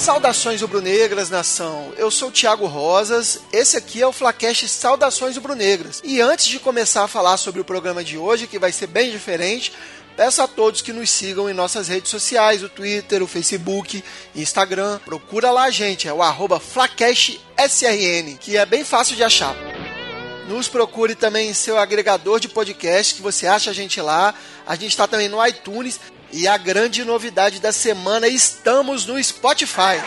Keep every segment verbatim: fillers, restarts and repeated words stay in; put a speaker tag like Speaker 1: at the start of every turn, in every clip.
Speaker 1: Saudações rubro-negras, nação. Eu sou o Thiago Rosas, esse aqui é o Flacast Saudações rubro-negras. E antes de começar a falar sobre o programa de hoje, que vai ser bem diferente, peço a todos que nos sigam em nossas redes sociais, o Twitter, o Facebook, Instagram. Procura lá a gente, é o arroba FlacastSRN, que é bem fácil de achar. Nos procure também em seu agregador de podcast, que você acha a gente lá. A gente está também no iTunes. E a grande novidade da semana, estamos no Spotify.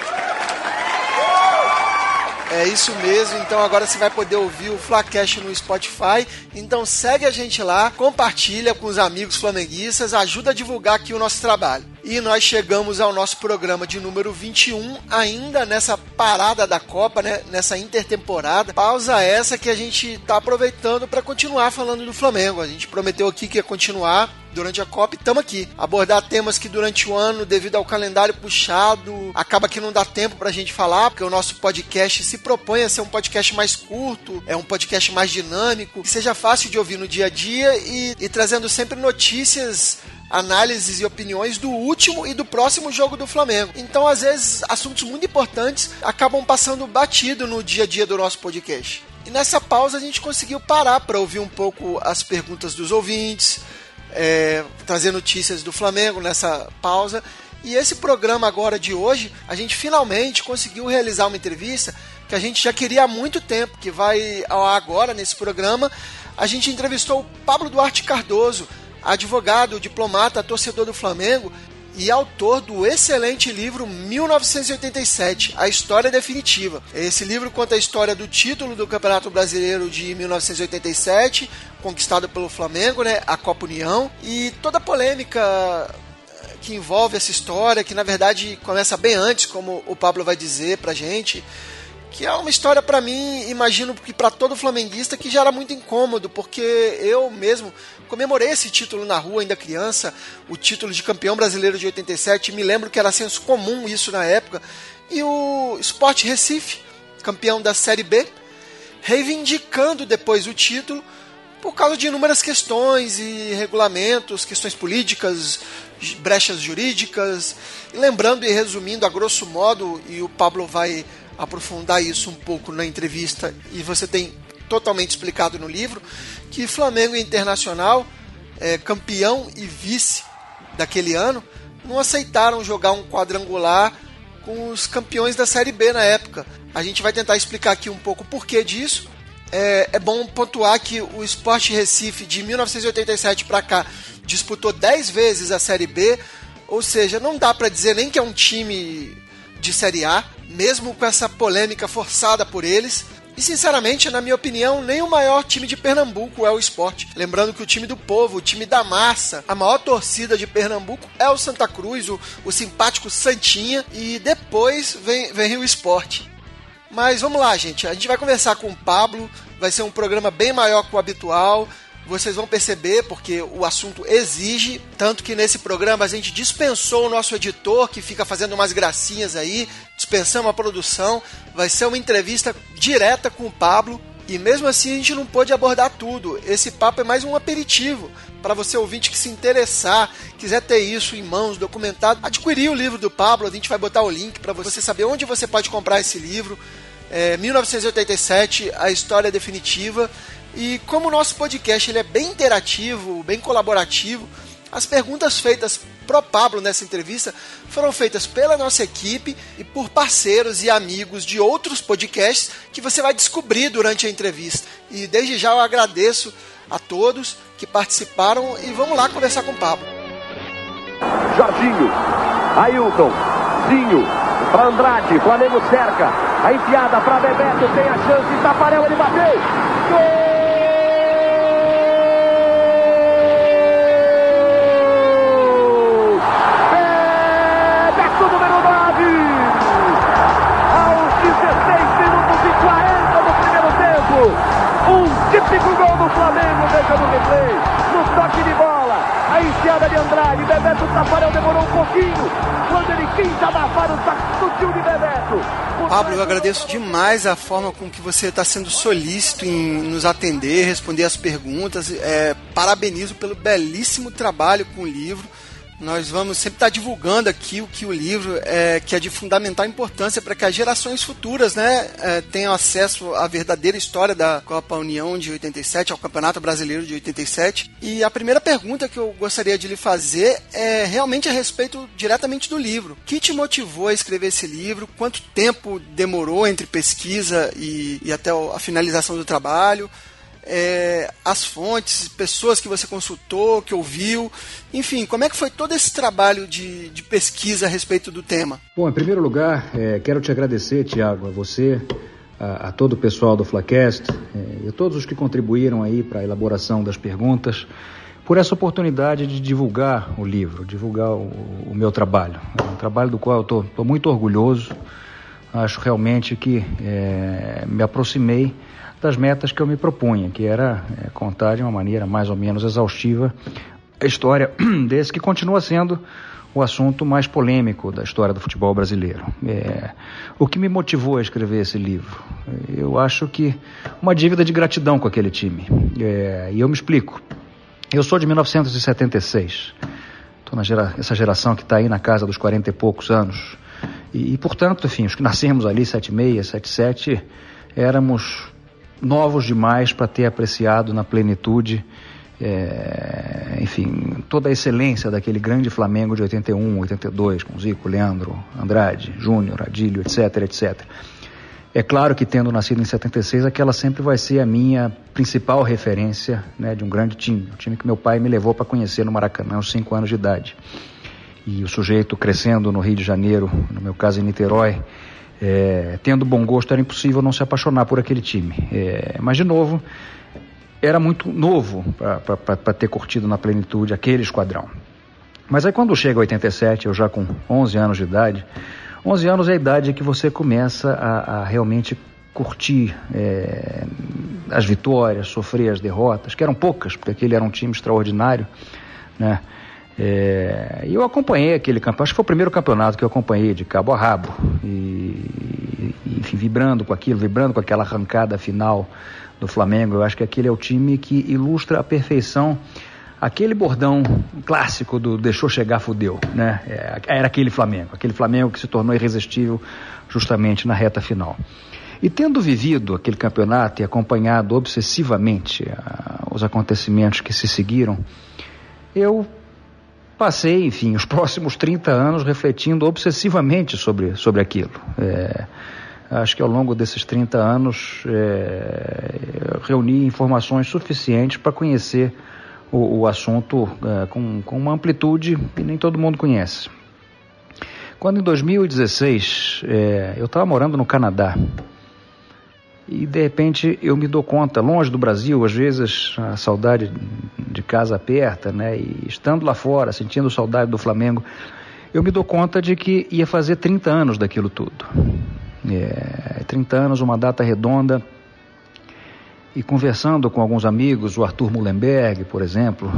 Speaker 1: É isso mesmo, então agora você vai poder ouvir o Flacast no Spotify. Então segue a gente lá, compartilha com os amigos flamenguistas, ajuda a divulgar aqui o nosso trabalho. E nós chegamos ao nosso programa de número vinte e um, ainda nessa parada da Copa, né? Nessa intertemporada. Pausa essa que a gente está aproveitando para continuar falando do Flamengo. A gente prometeu aqui que ia continuar durante a Copa e estamos aqui. Abordar temas que durante o ano, devido ao calendário puxado, acaba que não dá tempo pra gente falar, porque o nosso podcast se propõe a ser um podcast mais curto, é um podcast mais dinâmico, que seja fácil de ouvir no dia a dia e, e trazendo sempre notícias, análises e opiniões do último e do próximo jogo do Flamengo. Então, às vezes, assuntos muito importantes acabam passando batido no dia a dia do nosso podcast. E nessa pausa a gente conseguiu parar para ouvir um pouco as perguntas dos ouvintes, É, trazer notícias do Flamengo nessa pausa. E esse programa agora de hoje, a gente finalmente conseguiu realizar uma entrevista que a gente já queria há muito tempo, que vai ao ar agora nesse programa. A gente entrevistou o Pablo Duarte Cardoso, advogado, diplomata, torcedor do Flamengo e autor do excelente livro mil novecentos e oitenta e sete, A História Definitiva. Esse livro conta a história do título do Campeonato Brasileiro de mil novecentos e oitenta e sete, conquistado pelo Flamengo, né, a Copa União, e toda a polêmica que envolve essa história, que na verdade começa bem antes, como o Pablo vai dizer pra gente, que é uma história pra mim, imagino que pra todo flamenguista, que já era muito incômodo, porque eu mesmo comemorei esse título na rua ainda criança, o título de campeão brasileiro de oitenta e sete, me lembro que era senso comum isso na época, e o Sport Recife, campeão da Série B, reivindicando depois o título, por causa de inúmeras questões e regulamentos, questões políticas, brechas jurídicas, e lembrando e resumindo a grosso modo, e o Pablo vai aprofundar isso um pouco na entrevista, e você tem totalmente explicado no livro, que Flamengo e Internacional, é, campeão e vice daquele ano, não aceitaram jogar um quadrangular com os campeões da Série B na época. A gente vai tentar explicar aqui um pouco o porquê disso. É, é bom pontuar que o Sport Recife de mil novecentos e oitenta e sete para cá disputou dez vezes a Série B, ou seja, não dá para dizer nem que é um time de Série A, mesmo com essa polêmica forçada por eles. E sinceramente, na minha opinião, nem o maior time de Pernambuco é o Sport. Lembrando que o time do povo, o time da massa, a maior torcida de Pernambuco é o Santa Cruz, o, o simpático Santinha, e depois vem, vem o Sport. Mas vamos lá, gente, a gente vai conversar com o Pablo, vai ser um programa bem maior que o habitual, vocês vão perceber porque o assunto exige, tanto que nesse programa a gente dispensou o nosso editor, que fica fazendo umas gracinhas aí, dispensamos a produção, vai ser uma entrevista direta com o Pablo, e mesmo assim a gente não pôde abordar tudo, esse papo é mais um aperitivo, para você ouvinte que se interessar, quiser ter isso em mãos, documentado, adquirir o livro do Pablo, a gente vai botar o link para você saber onde você pode comprar esse livro, é, mil novecentos e oitenta e sete, A História Definitiva. E como o nosso podcast ele é bem interativo, bem colaborativo, as perguntas feitas pro Pablo nessa entrevista foram feitas pela nossa equipe e por parceiros e amigos de outros podcasts que você vai descobrir durante a entrevista. E desde já eu agradeço a todos que participaram e vamos lá conversar com o Pablo.
Speaker 2: Jorginho, Ailton, Zinho, para Andrade, Flamengo cerca, a enfiada para Bebeto, tem a chance, Tafarel, ele bateu, gol! Típico gol do Flamengo, veja no replay, no toque de bola, a enfiada de Andrade, Bebeto Tafarel demorou um pouquinho, quando ele quis abafar o sutil de Bebeto.
Speaker 1: Pablo, eu agradeço demais a forma com que você está sendo solícito em nos atender, responder as perguntas, é, parabenizo pelo belíssimo trabalho com o livro, Nós vamos sempre estar divulgando aqui o que o livro é, que é de fundamental importância para que as gerações futuras, né, é, tenham acesso à verdadeira história da Copa União de oitenta e sete, ao Campeonato Brasileiro de oitenta e sete. E a primeira pergunta que eu gostaria de lhe fazer é realmente a respeito diretamente do livro. O que te motivou a escrever esse livro? Quanto tempo demorou entre pesquisa e, e até a finalização do trabalho? É, as fontes, pessoas que você consultou, que ouviu, enfim, como é que foi todo esse trabalho de, de pesquisa a respeito do tema?
Speaker 3: Bom, em primeiro lugar, é, quero te agradecer, Tiago, a você, a, a todo o pessoal do Flacast, é, e a todos os que contribuíram aí para a elaboração das perguntas, por essa oportunidade de divulgar o livro, divulgar o, o meu trabalho. É um trabalho do qual eu estou muito orgulhoso. Acho realmente que é, me aproximei das metas que eu me propunha, que era é, contar de uma maneira mais ou menos exaustiva a história desse que continua sendo o assunto mais polêmico da história do futebol brasileiro. É, o que me motivou a escrever esse livro? Eu acho que uma dívida de gratidão com aquele time. É, e eu me explico. Eu sou de mil novecentos e setenta e seis. Estou na gera, essa geração que está aí na casa dos quarenta e poucos anos. E, e, portanto, enfim, os que nascemos ali, setenta e seis, setenta e sete, éramos novos demais para ter apreciado na plenitude, é, enfim, toda a excelência daquele grande Flamengo de oitenta e um, oitenta e dois, com Zico, Leandro, Andrade, Júnior, Adílio, etc, etcétera. É claro que, tendo nascido em setenta e seis, aquela sempre vai ser a minha principal referência, né, de um grande time, o time que meu pai me levou para conhecer no Maracanã aos cinco anos de idade. E o sujeito crescendo no Rio de Janeiro, no meu caso em Niterói, É, tendo bom gosto, era impossível não se apaixonar por aquele time. É, mas, de novo, era muito novo para ter curtido na plenitude aquele esquadrão. Mas aí, quando chega a oitenta e sete, eu já com onze anos de idade, onze anos é a idade que você começa a, a realmente curtir é, as vitórias, sofrer as derrotas, que eram poucas, porque aquele era um time extraordinário, né? É, e eu acompanhei aquele campeonato, acho que foi o primeiro campeonato que eu acompanhei de cabo a rabo, e, e, enfim, vibrando com aquilo, vibrando com aquela arrancada final do Flamengo. Eu acho que aquele é o time que ilustra à perfeição aquele bordão clássico do deixou chegar, fudeu, né? É, era aquele Flamengo, aquele Flamengo que se tornou irresistível justamente na reta final. E tendo vivido aquele campeonato e acompanhado obsessivamente a, os acontecimentos que se seguiram, eu passei, enfim, os próximos trinta anos refletindo obsessivamente sobre, sobre aquilo. É, acho que ao longo desses trinta anos é, reuni informações suficientes para conhecer o, o assunto é, com, com uma amplitude que nem todo mundo conhece. Quando em dois mil e dezesseis é, eu estava morando no Canadá, e de repente eu me dou conta, longe do Brasil, às vezes a saudade de casa aperta, né? E estando lá fora, sentindo saudade do Flamengo, eu me dou conta de que ia fazer trinta anos daquilo tudo. É, trinta anos, uma data redonda. E conversando com alguns amigos, o Arthur Mullenberg, por exemplo,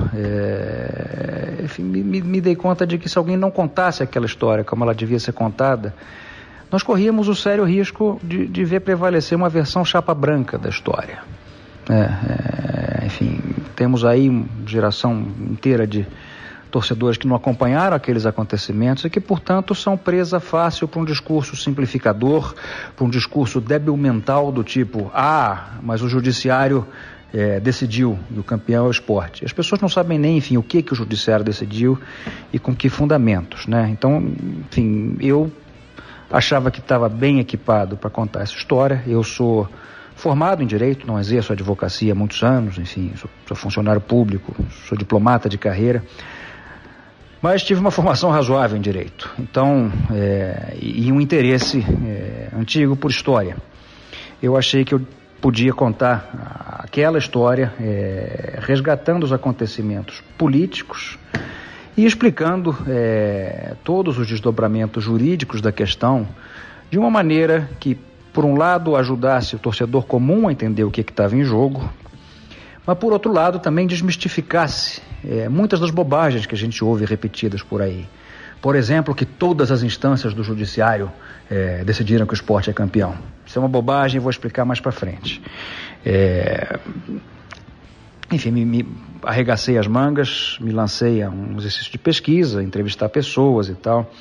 Speaker 3: é, enfim, me, me dei conta de que se alguém não contasse aquela história como ela devia ser contada, nós corríamos o sério risco de, de ver prevalecer uma versão chapa branca da história. É, é, enfim, temos aí uma geração inteira de torcedores que não acompanharam aqueles acontecimentos e que, portanto, são presa fácil para um discurso simplificador, para um discurso débil mental do tipo, ah, mas o judiciário é, decidiu e o campeão é o esporte. As pessoas não sabem nem, enfim, o que, que o judiciário decidiu e com que fundamentos, né? Então, enfim, eu achava que estava bem equipado para contar essa história. Eu sou formado em Direito, não exerço advocacia há muitos anos, enfim, sou, sou funcionário público, sou diplomata de carreira, mas tive uma formação razoável em Direito, então, é, e, e um interesse é, antigo por história. Eu achei que eu podia contar aquela história, é, resgatando os acontecimentos políticos e explicando é, todos os desdobramentos jurídicos da questão de uma maneira que, por um lado, ajudasse o torcedor comum a entender o que estava em jogo, mas, por outro lado, também desmistificasse é, muitas das bobagens que a gente ouve repetidas por aí. Por exemplo, que todas as instâncias do judiciário é, decidiram que o esporte é campeão. Isso é uma bobagem, vou explicar mais para frente. É... enfim, me, me arregacei as mangas, me lancei a um exercício de pesquisa, entrevistar pessoas e tal.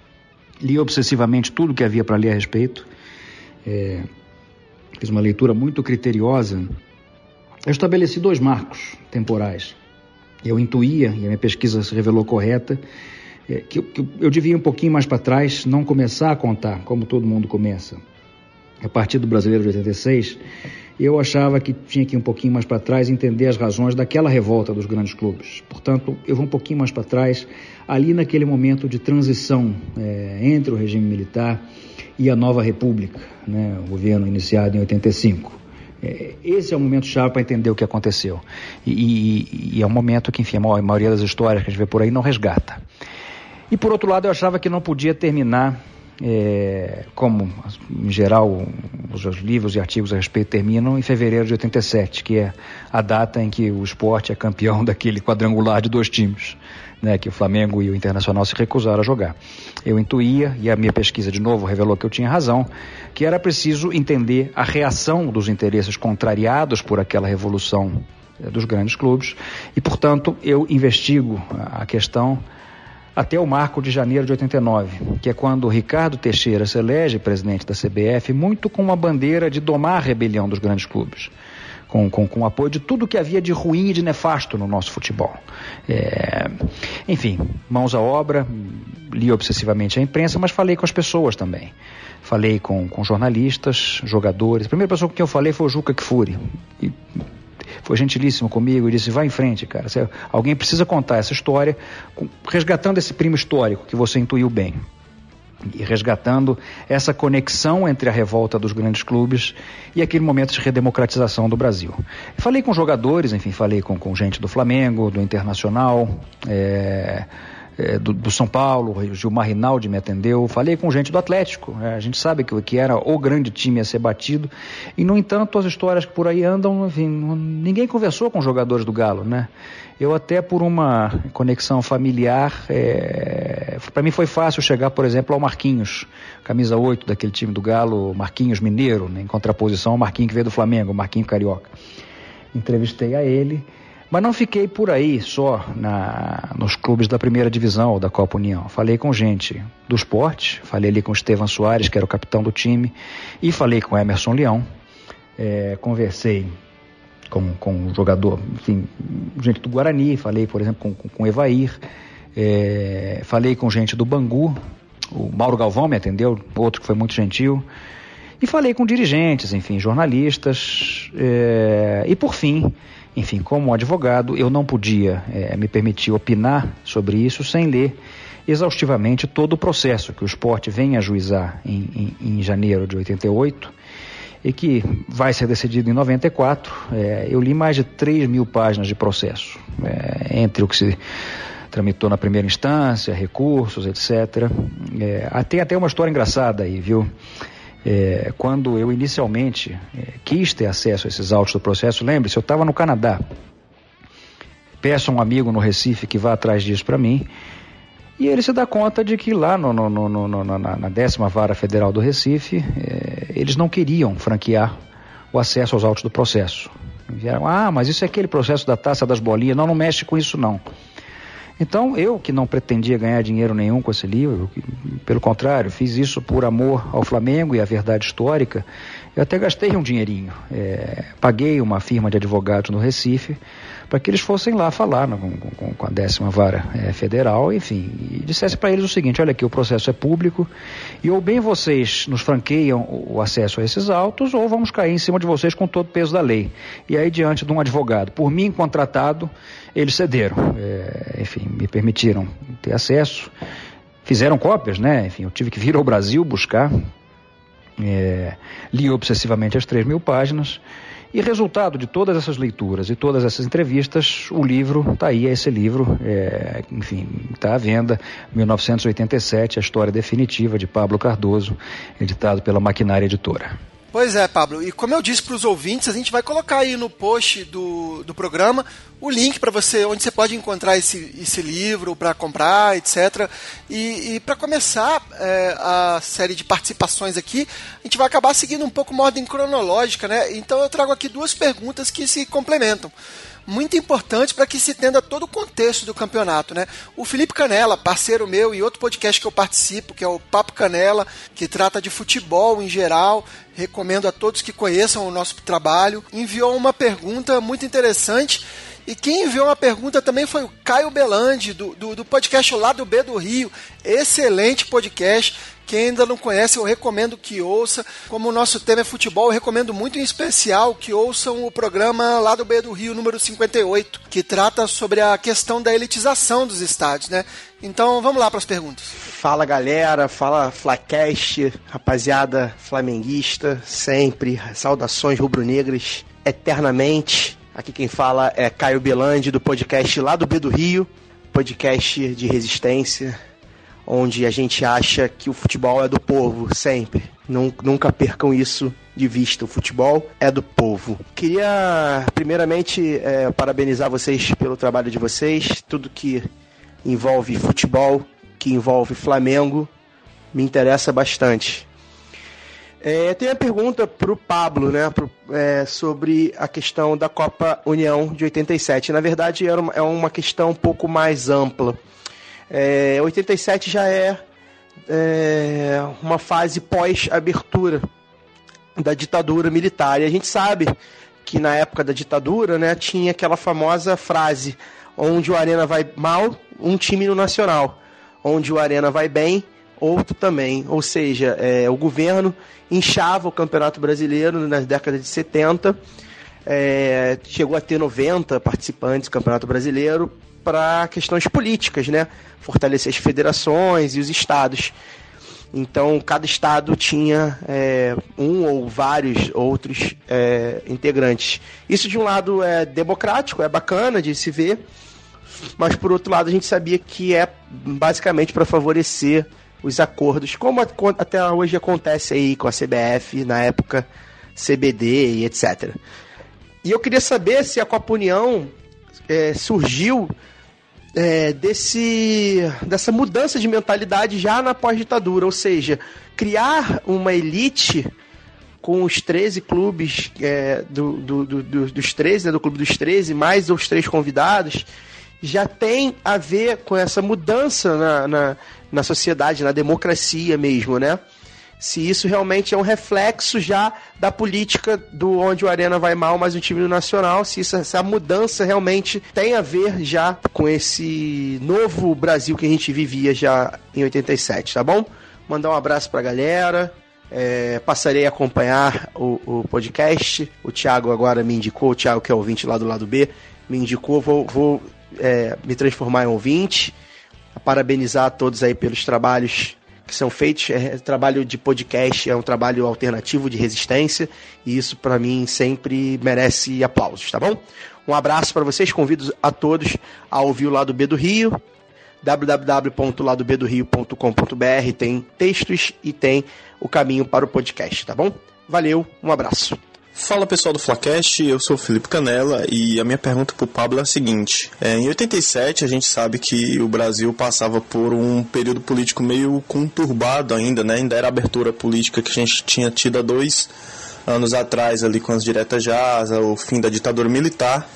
Speaker 3: Li obsessivamente tudo que havia para ler a respeito. É, fiz uma leitura muito criteriosa. Eu estabeleci dois marcos temporais. Eu intuía, e a minha pesquisa se revelou correta, é, que, eu, que eu devia ir um pouquinho mais para trás, não começar a contar, como todo mundo começa. A partir do Brasileiro de oitenta e seis, eu achava que tinha que ir um pouquinho mais para trás e entender as razões daquela revolta dos grandes clubes. Portanto, eu vou um pouquinho mais para trás, ali naquele momento de transição é, entre o regime militar e a nova república, né, o governo iniciado em oitenta e cinco. É, esse é o momento chave para entender o que aconteceu. E, e, e é um momento que, enfim, a maioria das histórias que a gente vê por aí não resgata. E, por outro lado, eu achava que não podia terminar... É, como em geral os livros e artigos a respeito terminam em fevereiro de oitenta e sete, que é a data em que o Sport é campeão daquele quadrangular de dois times, né, que o Flamengo e o Internacional se recusaram a jogar. Eu intuía, e a minha pesquisa de novo revelou que eu tinha razão, que era preciso entender a reação dos interesses contrariados por aquela revolução dos grandes clubes e, portanto, eu investigo a questão até o marco de janeiro de oitenta e nove, que é quando o Ricardo Teixeira se elege presidente da C B F, muito com uma bandeira de domar a rebelião dos grandes clubes, com, com, com o apoio de tudo que havia de ruim e de nefasto no nosso futebol. É, enfim, mãos à obra, li obsessivamente a imprensa, mas falei com as pessoas também. Falei com, com jornalistas, jogadores. A primeira pessoa com quem eu falei foi o Juca Kfouri. E foi gentilíssimo comigo e disse, vai em frente, cara. Você, alguém precisa contar essa história, com, resgatando esse primo histórico que você intuiu bem. E resgatando essa conexão entre a revolta dos grandes clubes e aquele momento de redemocratização do Brasil. Falei com jogadores, enfim, falei com, com gente do Flamengo, do Internacional, é... É, do, do São Paulo, o Gilmar Rinaldi me atendeu, falei com gente do Atlético, é, a gente sabe que, que era o grande time a ser batido, e no entanto as histórias que por aí andam, enfim, ninguém conversou com os jogadores do Galo, né? Eu até por uma conexão familiar, é, para mim foi fácil chegar, por exemplo, ao Marquinhos, camisa oito daquele time do Galo, Marquinhos Mineiro, né, em contraposição ao Marquinhos que veio do Flamengo, o Marquinhos Carioca. Entrevistei a ele. Mas não fiquei por aí só na, nos clubes da primeira divisão ou da Copa União. Falei com gente do esporte, falei ali com o Estevan Soares, que era o capitão do time, e falei com o Emerson Leão. É, conversei com, com o jogador, enfim, gente do Guarani, falei, por exemplo, com, com, com o Evair, é, falei com gente do Bangu, o Mauro Galvão me atendeu, outro que foi muito gentil, e falei com dirigentes, enfim, jornalistas, é, e por fim... Enfim, como advogado, eu não podia é, me permitir opinar sobre isso sem ler exaustivamente todo o processo que o Sport vem ajuizar em, em, em janeiro de oitenta e oito e que vai ser decidido em noventa e quatro. É, eu li mais de três mil páginas de processo, é, entre o que se tramitou na primeira instância, recursos, etcétera. É, tem até uma história engraçada aí, viu? É, quando eu inicialmente é, quis ter acesso a esses autos do processo, lembre-se, eu estava no Canadá, peço a um amigo no Recife que vá atrás disso para mim, e ele se dá conta de que lá no, no, no, no, na, na décima vara federal do Recife, é, eles não queriam franquear o acesso aos autos do processo. Vieram, ah, mas isso é aquele processo da taça das bolinhas, não, não mexe com isso não. Então, eu que não pretendia ganhar dinheiro nenhum com esse livro, pelo contrário, fiz isso por amor ao Flamengo e à verdade histórica, eu até gastei um dinheirinho, é, paguei uma firma de advogados no Recife para que eles fossem lá falar no, com, com a décima vara é, federal, enfim, e dissesse para eles o seguinte, olha aqui, o processo é público e ou bem vocês nos franqueiam o acesso a esses autos ou vamos cair em cima de vocês com todo o peso da lei. E aí, diante de um advogado, por mim contratado, eles cederam, é, enfim, me permitiram ter acesso, fizeram cópias, né, enfim, eu tive que vir ao Brasil buscar, é, li obsessivamente as três mil páginas, e resultado de todas essas leituras e todas essas entrevistas, o livro, está aí, é esse livro, é, enfim, está à venda, mil novecentos e oitenta e sete, a história definitiva de Pablo Cardoso, editado pela Maquinária Editora.
Speaker 1: Pois é, Pablo, e como eu disse para os ouvintes, a gente vai colocar aí no post do, do programa o link para você, onde você pode encontrar esse, esse livro para comprar, etcétera. E, e para começar é, a série de participações aqui, a gente vai acabar seguindo um pouco uma ordem cronológica, né? Então eu trago aqui duas perguntas que se complementam. muito importantes para que se entenda todo o contexto do campeonato, né? O Felipe Canella, parceiro meu e outro podcast que eu participo, que é o Papo Canella, que trata de futebol em geral, recomendo a todos que conheçam o nosso trabalho, enviou uma pergunta muito interessante. E quem enviou uma pergunta também foi o Caio Belandi, do, do, do podcast Lado B do Rio. Excelente podcast. Quem ainda não conhece, eu recomendo que ouça. Como o nosso tema é futebol, eu recomendo muito em especial que ouçam o programa Lado B do Rio, número cinquenta e oito, que trata sobre a questão da elitização dos estádios, né? Então, vamos lá para as perguntas.
Speaker 4: Fala, galera. Fala, Flacast, rapaziada flamenguista, sempre. Saudações rubro-negras, eternamente. Aqui quem fala é Caio Belandi, do podcast Lado B do Rio, podcast de resistência, onde a gente acha que o futebol é do povo, sempre. Nunca percam isso de vista, o futebol é do povo. Queria, primeiramente, é, parabenizar vocês pelo trabalho de vocês. Tudo que envolve futebol, que envolve Flamengo, me interessa bastante. É, tem uma pergunta para o Pablo, né, pro, é, sobre a questão da Copa União de oitenta e sete. Na verdade, era uma, é uma questão um pouco mais ampla. É, oitenta e sete já é, é uma fase pós-abertura da ditadura militar. E a gente sabe que na época da ditadura, né, tinha aquela famosa frase: onde o Arena vai mal, um time no Nacional. Onde o Arena vai bem, outro também. Ou seja, é, o governo inchava o Campeonato Brasileiro nas décadas de setenta, é, chegou a ter noventa participantes do Campeonato Brasileiro para questões políticas, né? Fortalecer as federações e os estados. Então, cada estado tinha é, um ou vários outros é, integrantes. Isso, de um lado, é democrático, é bacana de se ver, mas, por outro lado, a gente sabia que é basicamente para favorecer os acordos, como até hoje acontece aí com a C B F, na época C B D e etcétera. E eu queria saber se a Copa União é, surgiu é, desse, dessa mudança de mentalidade já na pós-ditadura, ou seja, criar uma elite com os treze clubes é, do, do, do, do, dos treze, né, do Clube dos treze, mais os três convidados, já tem a ver com essa mudança na, na, na sociedade, na democracia mesmo, né? Se isso realmente é um reflexo já da política do onde o Arena vai mal, mas o time do Nacional, se isso, essa mudança realmente tem a ver já com esse novo Brasil que a gente vivia já em oitenta e sete, tá bom? Mandar um abraço pra galera, é, passarei a acompanhar o, o podcast, o Thiago agora me indicou, o Thiago que é ouvinte lá do Lado B, me indicou, vou... vou É, me transformar em ouvinte, parabenizar a todos aí pelos trabalhos que são feitos. É, trabalho de podcast é um trabalho alternativo de resistência e isso para mim sempre merece aplausos, tá bom? Um abraço para vocês, convido a todos a ouvir o Lado B do Rio, w w w ponto lado b do rio ponto com ponto b r, tem textos e tem o caminho para o podcast, tá bom? Valeu, um abraço.
Speaker 5: Fala pessoal do Flacast, eu sou o Felipe Canella e a minha pergunta para o Pablo é a seguinte: é, em oitenta e sete a gente sabe que o Brasil passava por um período político meio conturbado ainda, né? Ainda era a abertura política que a gente tinha tido há dois anos atrás ali com as diretas já, o fim da ditadura militar,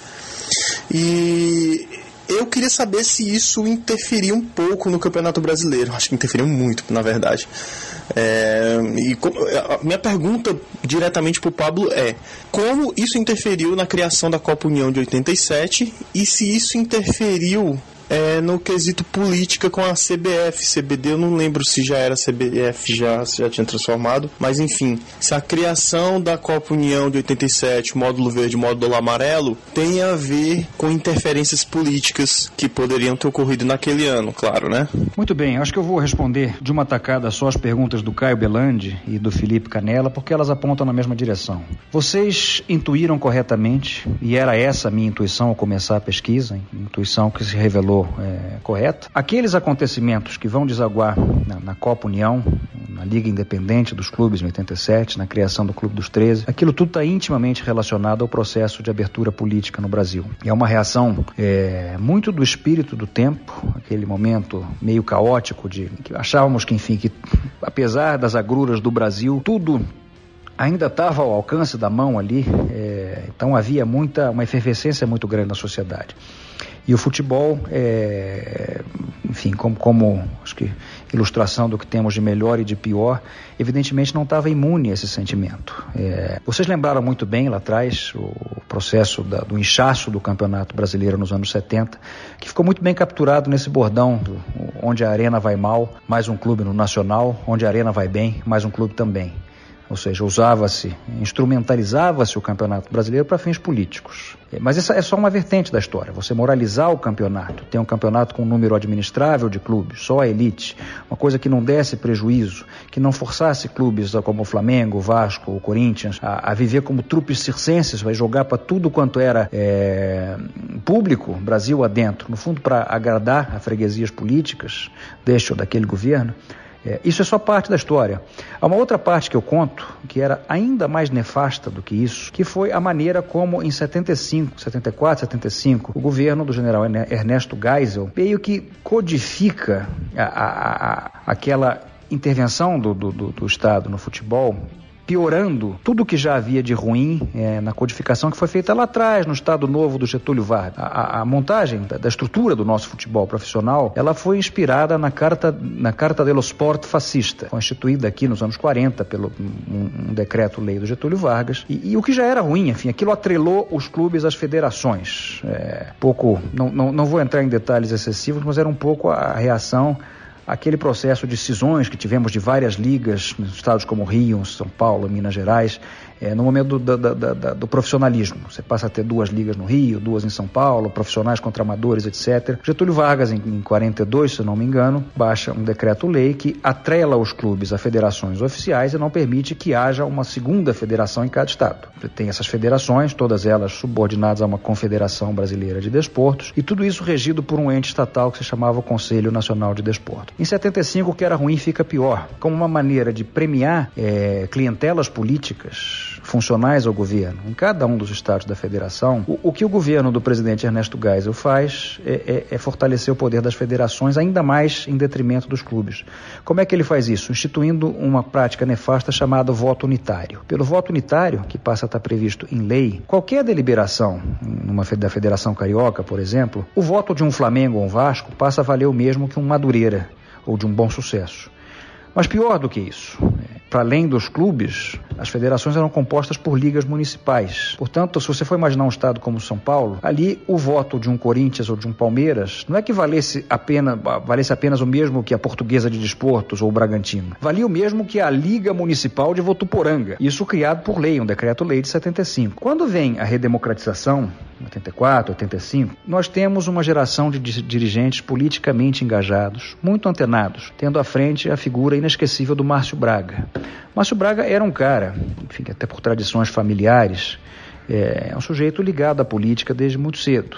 Speaker 5: e eu queria saber se isso interferiu um pouco no Campeonato Brasileiro. Acho que interferiu muito, na verdade. É, e a minha pergunta diretamente para o Pablo é: como isso interferiu na criação da Copa União de oitenta e sete e se isso interferiu é, no quesito política com a C B F, C B D, eu não lembro se já era C B F, já, se já tinha transformado, mas enfim, se a criação da Copa União de oitenta e sete, módulo verde, módulo amarelo, tem a ver com interferências políticas que poderiam ter ocorrido naquele ano, claro, né?
Speaker 3: Muito bem, acho que eu vou responder de uma tacada só as perguntas do Caio Belandi e do Felipe Canella, porque elas apontam na mesma direção. Vocês intuíram corretamente, e era essa a minha intuição ao começar a pesquisa, intuição que se revelou É, correta. Aqueles acontecimentos que vão desaguar na, na Copa União, na Liga Independente dos Clubes em oitenta e sete, na criação do Clube dos treze, aquilo tudo está intimamente relacionado ao processo de abertura política no Brasil. E é uma reação é, muito do espírito do tempo, aquele momento meio caótico de que achávamos que, enfim, que apesar das agruras do Brasil, tudo ainda estava ao alcance da mão ali, é, então havia muita, uma efervescência muito grande na sociedade. E o futebol, é, enfim, como, como acho que ilustração do que temos de melhor e de pior, evidentemente não estava imune a esse sentimento. É, vocês lembraram muito bem lá atrás o processo da, do inchaço do Campeonato Brasileiro nos anos setenta, que ficou muito bem capturado nesse bordão, do, onde a arena vai mal, mais um clube no Nacional, onde a arena vai bem, mais um clube também. Ou seja, usava-se, instrumentalizava-se o Campeonato Brasileiro para fins políticos. Mas essa é só uma vertente da história, você moralizar o campeonato, ter um campeonato com um número administrável de clubes, só a elite, uma coisa que não desse prejuízo, que não forçasse clubes como o Flamengo, o Vasco, o Corinthians, a, a viver como trupes circenses, vai jogar para tudo quanto era é, público, Brasil adentro, no fundo para agradar a freguesias políticas deste ou daquele governo. É, isso é só parte da história. Há uma outra parte que eu conto, que era ainda mais nefasta do que isso, que foi a maneira como em setenta e cinco, setenta e quatro, setenta e cinco, o governo do general Ernesto Geisel meio que codifica a, a, a, aquela intervenção do, do, do Estado no futebol, piorando tudo o que já havia de ruim é, na codificação que foi feita lá atrás, no Estado Novo do Getúlio Vargas. A, a montagem da, da estrutura do nosso futebol profissional, ela foi inspirada na Carta, na Carta dello Sport fascista, foi instituída aqui nos anos quarenta pelo um, um decreto-lei do Getúlio Vargas, e, e o que já era ruim, enfim, aquilo atrelou os clubes às federações. É, pouco, não, não, não vou entrar em detalhes excessivos, mas era um pouco a reação aquele processo de cisões que tivemos de várias ligas, nos estados como Rio, São Paulo, Minas Gerais, é, no momento do, do, do, do profissionalismo. Você passa a ter duas ligas no Rio, duas em São Paulo, profissionais contra amadores, etcétera. Getúlio Vargas, em, em quarenta e dois, se não me engano, baixa um decreto-lei que atrela os clubes a federações oficiais e não permite que haja uma segunda federação em cada estado. Você tem essas federações, todas elas subordinadas a uma Confederação Brasileira de Desportos, e tudo isso regido por um ente estatal que se chamava o Conselho Nacional de Desporto. Em setenta e cinco, o que era ruim fica pior, como uma maneira de premiar é, clientelas políticas funcionais ao governo, em cada um dos estados da federação. O, o que o governo do presidente Ernesto Geisel faz é, é, é fortalecer o poder das federações, ainda mais em detrimento dos clubes. Como é que ele faz isso? Instituindo uma prática nefasta chamada voto unitário. Pelo voto unitário, que passa a estar previsto em lei, qualquer deliberação numa, da Federação Carioca, por exemplo, o voto de um Flamengo ou um Vasco passa a valer o mesmo que um Madureira ou de um Bom Sucesso. Mas pior do que isso, para além dos clubes, as federações eram compostas por ligas municipais. Portanto, se você for imaginar um estado como São Paulo, ali o voto de um Corinthians ou de um Palmeiras não é que valesse apenas, valesse apenas o mesmo que a Portuguesa de Desportos ou o Bragantino. Valia o mesmo que a Liga Municipal de Votuporanga. Isso criado por lei, um decreto-lei de setenta e cinco. Quando vem a redemocratização, oitenta e quatro, oitenta e cinco, nós temos uma geração de dirigentes politicamente engajados, muito antenados, tendo à frente a figura inesquecível do Márcio Braga. Márcio Braga era um cara, enfim, até por tradições familiares, é um sujeito ligado à política desde muito cedo.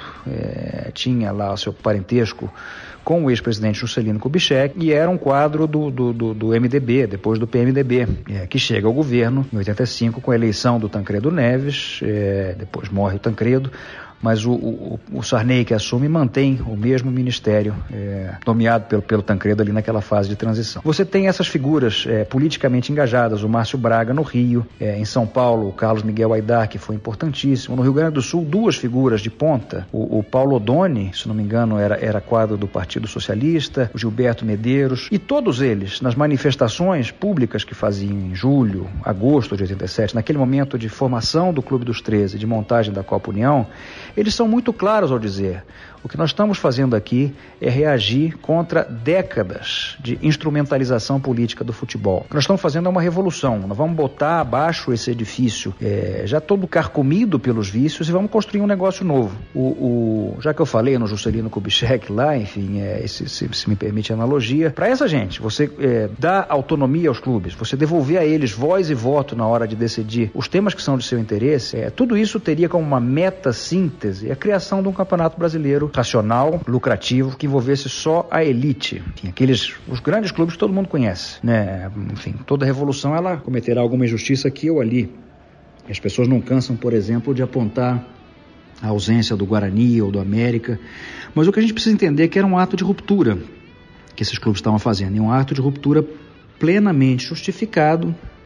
Speaker 3: É, tinha lá o seu parentesco com o ex-presidente Juscelino Kubitschek e era um quadro do, do, do, do M D B, depois do P M D B, é, que chega ao governo em oitenta e cinco com a eleição do Tancredo Neves, é, depois morre o Tancredo, mas o, o, o Sarney que assume mantém o mesmo ministério é, nomeado pelo, pelo Tancredo ali naquela fase de transição. Você tem essas figuras é, politicamente engajadas, o Márcio Braga no Rio, é, em São Paulo o Carlos Miguel Aidar, que foi importantíssimo, no Rio Grande do Sul duas figuras de ponta, o, o Paulo Odoni, se não me engano era, era quadro do Partido Socialista, o Gilberto Medeiros, e todos eles nas manifestações públicas que faziam em julho, agosto de oitenta e sete, naquele momento de formação do Clube dos treze, de montagem da Copa União, eles são muito claros ao dizer: o que nós estamos fazendo aqui é reagir contra décadas de instrumentalização política do futebol. O que nós estamos fazendo é uma revolução. Nós vamos botar abaixo esse edifício é, já todo carcomido pelos vícios e vamos construir um negócio novo. O, o, já que eu falei no Juscelino Kubitschek lá, enfim, é, esse, se, se me permite a analogia, para essa gente, você é, dá autonomia aos clubes, você devolver a eles voz e voto na hora de decidir os temas que são de seu interesse, é, tudo isso teria como uma meta síntese a criação de um campeonato brasileiro racional, lucrativo, que envolvesse só a elite. Enfim, aqueles, os grandes clubes que todo mundo conhece, né? Enfim, toda revolução ela cometerá alguma injustiça aqui ou ali. As pessoas não cansam, por exemplo, de apontar a ausência do Guarani ou do América, mas o que a gente precisa entender é que era um ato de ruptura que esses clubes estavam fazendo, e um ato de ruptura plenamente justificado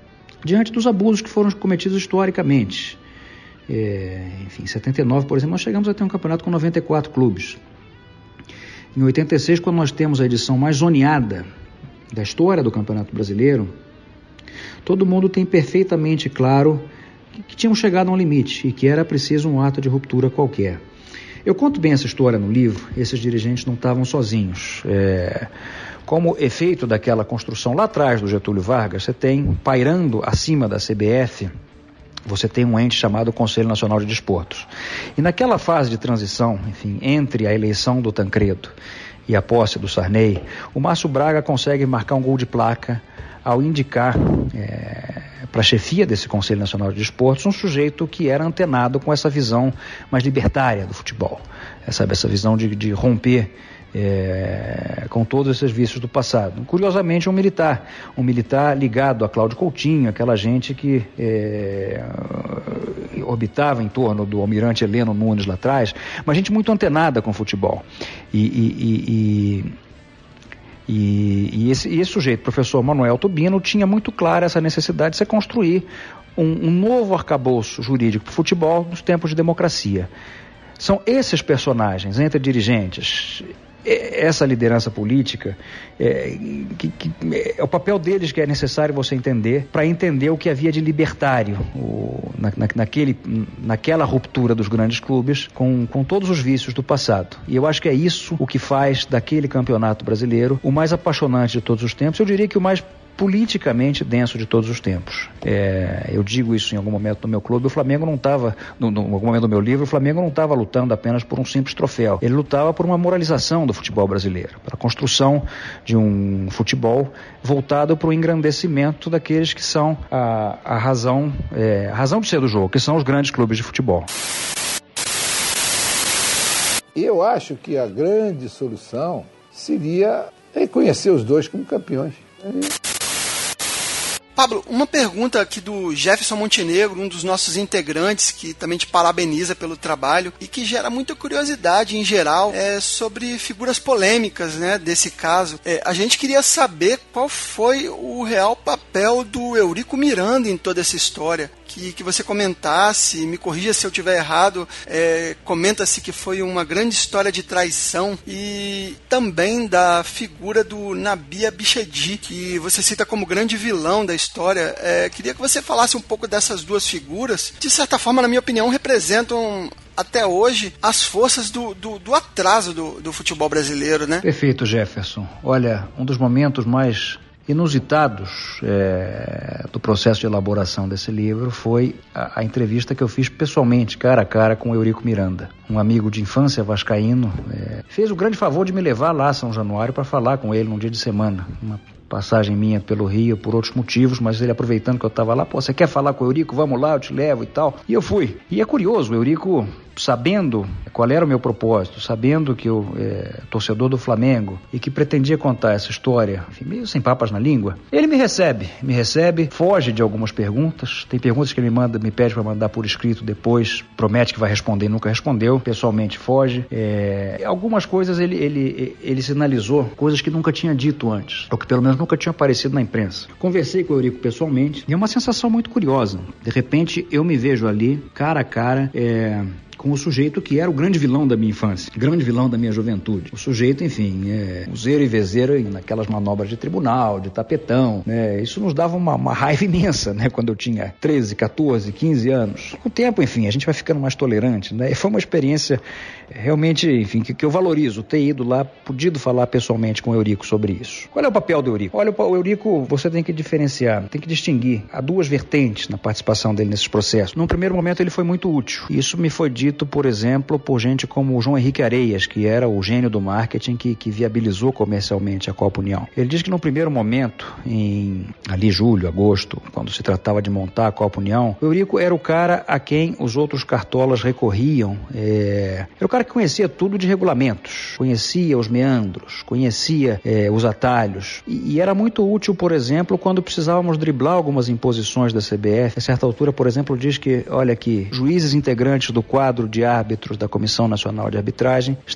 Speaker 3: diante dos abusos que foram cometidos historicamente. É, enfim, em setenta e nove, por exemplo, nós chegamos a ter um campeonato com noventa e quatro clubes. Em oitenta e seis, quando nós temos a edição mais zoneada da história do Campeonato Brasileiro, todo mundo tem perfeitamente claro que, que tinham chegado a um limite e que era preciso um ato de ruptura qualquer. Eu conto bem essa história no livro. Esses dirigentes não estavam sozinhos. É, como efeito daquela construção lá atrás do Getúlio Vargas, você tem, pairando acima da C B F, você tem um ente chamado Conselho Nacional de Desportos. E naquela fase de transição, enfim, entre a eleição do Tancredo e a posse do Sarney, o Márcio Braga consegue marcar um gol de placa ao indicar é, para a chefia desse Conselho Nacional de Desportos um sujeito que era antenado com essa visão mais libertária do futebol, essa, essa visão de, de romper É, com todos esses vícios do passado. Curiosamente, um militar, um militar ligado a Cláudio Coutinho, aquela gente que é, orbitava em torno do almirante Heleno Nunes lá atrás, mas gente muito antenada com o futebol. E, e, e, e, e, esse, e esse sujeito, professor Manuel Tubino, tinha muito clara essa necessidade de se construir um, um novo arcabouço jurídico para o futebol nos tempos de democracia. São esses personagens, entre dirigentes, essa liderança política, é, que, que, é o papel deles que é necessário você entender para entender o que havia de libertário o, na, na, naquele, naquela ruptura dos grandes clubes com, com todos os vícios do passado. E eu acho que é isso o que faz daquele campeonato brasileiro o mais apaixonante de todos os tempos. Eu diria que o mais politicamente denso de todos os tempos. É, eu digo isso em algum momento no meu clube, o Flamengo não estava, em algum momento do meu livro, o Flamengo não estava lutando apenas por um simples troféu. Ele lutava por uma moralização do futebol brasileiro, para a construção de um futebol voltado para o engrandecimento daqueles que são a, a razão, é, a razão de ser do jogo, que são os grandes clubes de futebol.
Speaker 6: Eu acho que a grande solução seria reconhecer os dois como campeões.
Speaker 1: Pablo, uma pergunta aqui do Jefferson Montenegro, um dos nossos integrantes, que também te parabeniza pelo trabalho e que gera muita curiosidade em geral é, sobre figuras polêmicas, né, desse caso. É, a gente queria saber qual foi o real papel do Eurico Miranda em toda essa história. Que, que você comentasse, me corrija se eu estiver errado, é, comenta-se que foi uma grande história de traição e também da figura do Nabi Abichedi, que você cita como grande vilão da história. É, queria que você falasse um pouco dessas duas figuras. De certa forma, na minha opinião, representam até hoje as forças do, do, do atraso do, do futebol brasileiro, né?
Speaker 3: Perfeito, Jefferson. Olha, um dos momentos mais inusitados é, do processo de elaboração desse livro foi a, a entrevista que eu fiz pessoalmente, cara a cara, com o Eurico Miranda, um amigo de infância vascaíno. É, fez o grande favor de me levar lá a São Januário para falar com ele num dia de semana, uma passagem minha pelo Rio por outros motivos, mas ele aproveitando que eu estava lá, pô, você quer falar com o Eurico? Vamos lá, eu te levo e tal. E eu fui. E é curioso, o Eurico, sabendo qual era o meu propósito, sabendo que eu é torcedor do Flamengo e que pretendia contar essa história, enfim, meio sem papas na língua, ele me recebe, me recebe, foge de algumas perguntas, tem perguntas que ele me manda, me pede para mandar por escrito depois, promete que vai responder e nunca respondeu, pessoalmente foge. É, algumas coisas ele, ele, ele sinalizou, coisas que nunca tinha dito antes, ou que pelo menos nunca tinha aparecido na imprensa. Conversei com o Eurico pessoalmente e é uma sensação muito curiosa. De repente eu me vejo ali, cara a cara, é... com o sujeito que era o grande vilão da minha infância, grande vilão da minha juventude. O sujeito, enfim, é, useiro e vezeiro naquelas manobras de tribunal, de tapetão, né? Isso nos dava uma, uma raiva imensa, né? Quando eu tinha treze, catorze, quinze anos. Com o tempo, enfim, a gente vai ficando mais tolerante, né? E foi uma experiência realmente, enfim, que, que eu valorizo, ter ido lá, podido falar pessoalmente com o Eurico sobre isso. Qual é o papel do Eurico? Olha, o Eurico, você tem que diferenciar, tem que distinguir. Há duas vertentes na participação dele nesses processos. Num primeiro momento, ele foi muito útil. Isso me foi dito, por exemplo, por gente como o João Henrique Areias, que era o gênio do marketing que, que viabilizou comercialmente a Copa União. Ele diz que no primeiro momento, em ali julho, agosto, quando se tratava de montar a Copa União, o Eurico era o cara a quem os outros cartolas recorriam. É... Era o cara que conhecia tudo de regulamentos, conhecia os meandros, conhecia é, os atalhos e, e era muito útil, por exemplo, quando precisávamos driblar algumas imposições da C B F. A certa altura, por exemplo, diz que, olha aqui, juízes integrantes do quadro de árbitros da Comissão Nacional de Arbitragem estão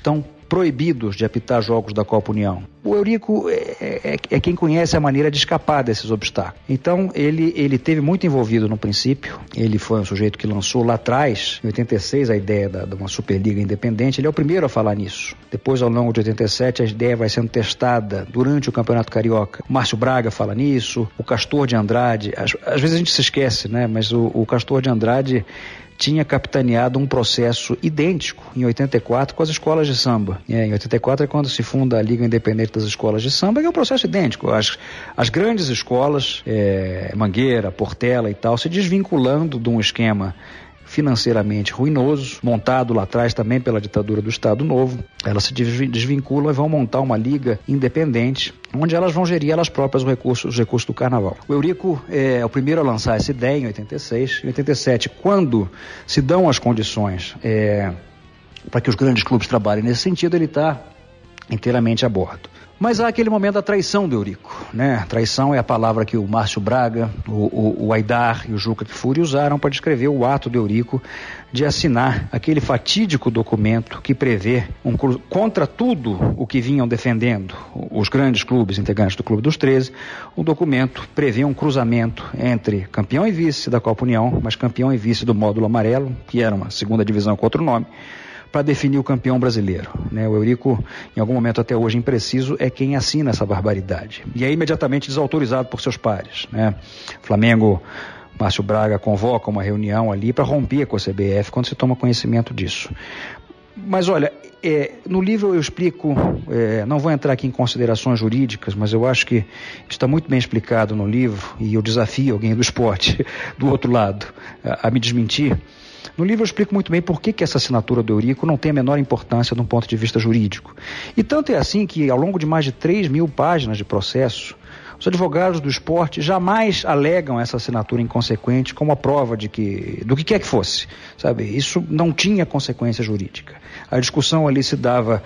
Speaker 3: proibidos de apitar jogos da Copa União. O Eurico é, é, é quem conhece a maneira de escapar desses obstáculos. Então, ele, ele teve muito envolvido no princípio. Ele foi um sujeito que lançou lá atrás, em oitenta e seis, a ideia da, de uma Superliga independente. Ele é o primeiro a falar nisso. Depois, ao longo de oitenta e sete, a ideia vai sendo testada durante o Campeonato Carioca. O Márcio Braga fala nisso, o Castor de Andrade. Às, às vezes a gente se esquece, né? Mas o, o Castor de Andrade tinha capitaneado um processo idêntico em oitenta e quatro com as escolas de samba. É, em oitenta e quatro é quando se funda a Liga Independente das Escolas de Samba, que é um processo idêntico. As, as grandes escolas, é, Mangueira, Portela e tal, se desvinculando de um esquema financeiramente ruinoso, montado lá atrás também pela ditadura do Estado Novo. Elas se desvinculam e vão montar uma liga independente, onde elas vão gerir elas próprias os recursos, os recursos do carnaval. O Eurico é o primeiro a lançar essa ideia em oitenta e seis. Em oitenta e sete, quando se dão as condições é, para que os grandes clubes trabalhem nesse sentido, ele está inteiramente a bordo. Mas há aquele momento da traição do Eurico, né? Traição é a palavra que o Márcio Braga, o, o, o Aidar e o Juca Kfouri usaram para descrever o ato do Eurico de assinar aquele fatídico documento que prevê, um, contra tudo o que vinham defendendo os grandes clubes integrantes do Clube dos treze, o documento prevê um cruzamento entre campeão e vice da Copa União, mas campeão e vice do módulo amarelo, que era uma segunda divisão com outro nome, para definir o campeão brasileiro, né? O Eurico, em algum momento até hoje impreciso, é quem assina essa barbaridade. E é imediatamente desautorizado por seus pares, né? Flamengo, Márcio Braga convoca uma reunião ali para romper com a C B F quando se toma conhecimento disso. Mas olha, é, no livro eu explico, é, não vou entrar aqui em considerações jurídicas, mas eu acho que está muito bem explicado no livro, e eu desafio alguém do esporte do outro lado a, a me desmentir. No livro eu explico muito bem por que, que essa assinatura do Eurico não tem a menor importância de um ponto de vista jurídico. E tanto é assim que, ao longo de mais de três mil páginas de processo, os advogados do esporte jamais alegam essa assinatura inconsequente como a prova de que, do que quer que fosse, sabe? Isso não tinha consequência jurídica. A discussão ali se dava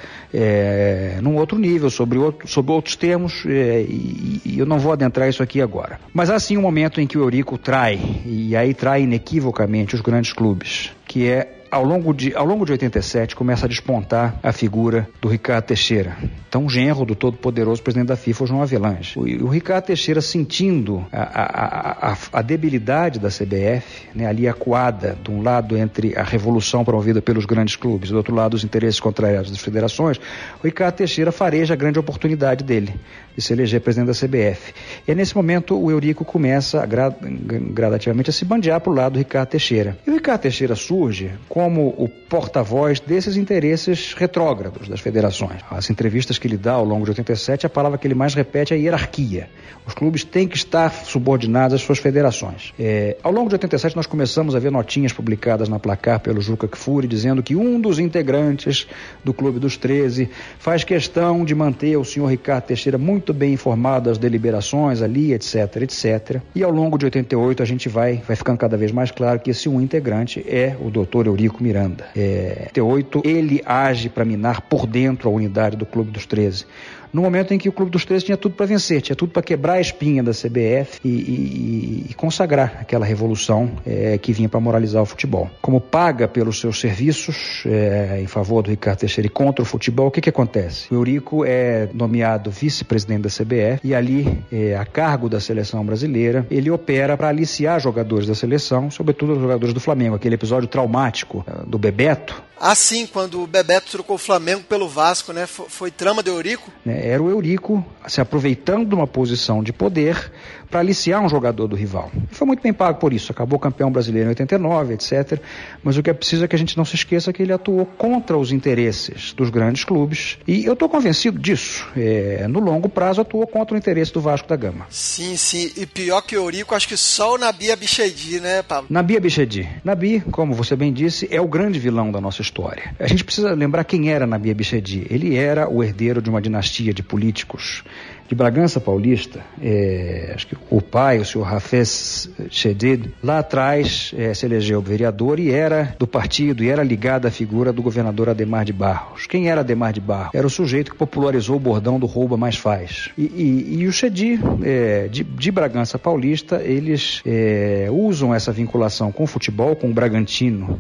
Speaker 3: é, num outro nível, sobre, outro, sobre outros termos, é, e, e eu não vou adentrar isso aqui agora. Mas há sim um momento em que o Eurico trai, e aí trai inequivocamente os grandes clubes, que é Ao longo, de, ao longo de oitenta e sete, começa a despontar a figura do Ricardo Teixeira, então genro do todo-poderoso presidente da FIFA, o João Avelange. O, o Ricardo Teixeira, sentindo a, a, a, a debilidade da C B F, né, ali acuada, de um lado entre a revolução promovida pelos grandes clubes, do outro lado os interesses contrariados das federações, o Ricardo Teixeira fareja a grande oportunidade dele de se eleger presidente da C B F. E é nesse momento o Eurico começa a gra, gradativamente a se bandear para o lado do Ricardo Teixeira. E o Ricardo Teixeira surge com como o porta-voz desses interesses retrógrados das federações. As entrevistas que ele dá ao longo de oitenta e sete, a palavra que ele mais repete é hierarquia. Os clubes têm que estar subordinados às suas federações. É, ao longo de oitenta e sete, nós começamos a ver notinhas publicadas na Placar pelo Juca Kfouri, dizendo que um dos integrantes do Clube dos treze faz questão de manter o senhor Ricardo Teixeira muito bem informado das deliberações ali, etc, etcétera. E ao longo de oitenta e oito, a gente vai, vai ficando cada vez mais claro que esse um integrante é o doutor Eurico Miranda. É, oitenta e oito, ele age para minar por dentro a unidade do Clube dos treze. No momento em que o Clube dos treze tinha tudo para vencer, tinha tudo para quebrar a espinha da C B F e, e, e consagrar aquela revolução é, que vinha para moralizar o futebol. Como paga pelos seus serviços é, em favor do Ricardo Teixeira e contra o futebol, o que que acontece? O Eurico é nomeado vice-presidente da C B F e ali, é, a cargo da seleção brasileira, ele opera para aliciar jogadores da seleção, sobretudo os jogadores do Flamengo. Aquele episódio traumático do Bebeto.
Speaker 1: Assim, quando o Bebeto trocou o Flamengo pelo Vasco, né? Foi, foi trama do Eurico?
Speaker 3: Era o Eurico se aproveitando de uma posição de poder para aliciar um jogador do rival. E foi muito bem pago por isso. Acabou campeão brasileiro em oitenta e nove, etcétera. Mas o que é preciso é que a gente não se esqueça que ele atuou contra os interesses dos grandes clubes. E eu estou convencido disso. É, no longo prazo, atuou contra o interesse do Vasco da Gama.
Speaker 1: Sim, sim. E pior que o Eurico, acho que só o Nabi Abichedi, né, Pablo?
Speaker 3: Nabi Abichedi. Nabi, como você bem disse, é o grande vilão da nossa história. A gente precisa lembrar quem era Nabi Abichedi. Ele era o herdeiro de uma dinastia de políticos de Bragança Paulista, é, acho que o pai, o senhor Hafez Shedid, lá atrás é, se elegeu vereador e era do partido e era ligado à figura do governador Adhemar de Barros. Quem era Adhemar de Barros? Era o sujeito que popularizou o bordão do rouba mais faz. E, e, e o Shedid, é, de, de Bragança Paulista, eles é, usam essa vinculação com o futebol, com o Bragantino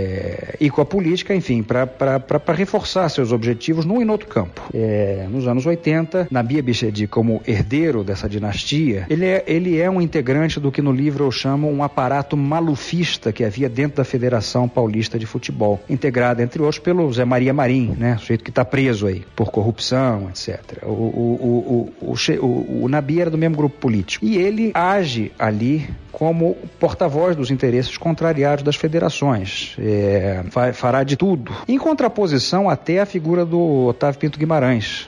Speaker 3: é, e com a política, enfim, para reforçar seus objetivos num e no outro campo. É, nos anos oitenta, Nabih Abichedi, como herdeiro dessa dinastia, ele é, ele é um integrante do que no livro eu chamo um aparato malufista que havia dentro da Federação Paulista de Futebol, integrada, entre outros, pelo Zé Maria Marim, né, o sujeito que está preso aí por corrupção, etcétera. O, o, o, o, o, o Nabih era do mesmo grupo político. E ele age ali como porta-voz dos interesses contrariados das federações. É, fará de tudo. Em contraposição até à figura do Otávio Pinto Guimarães.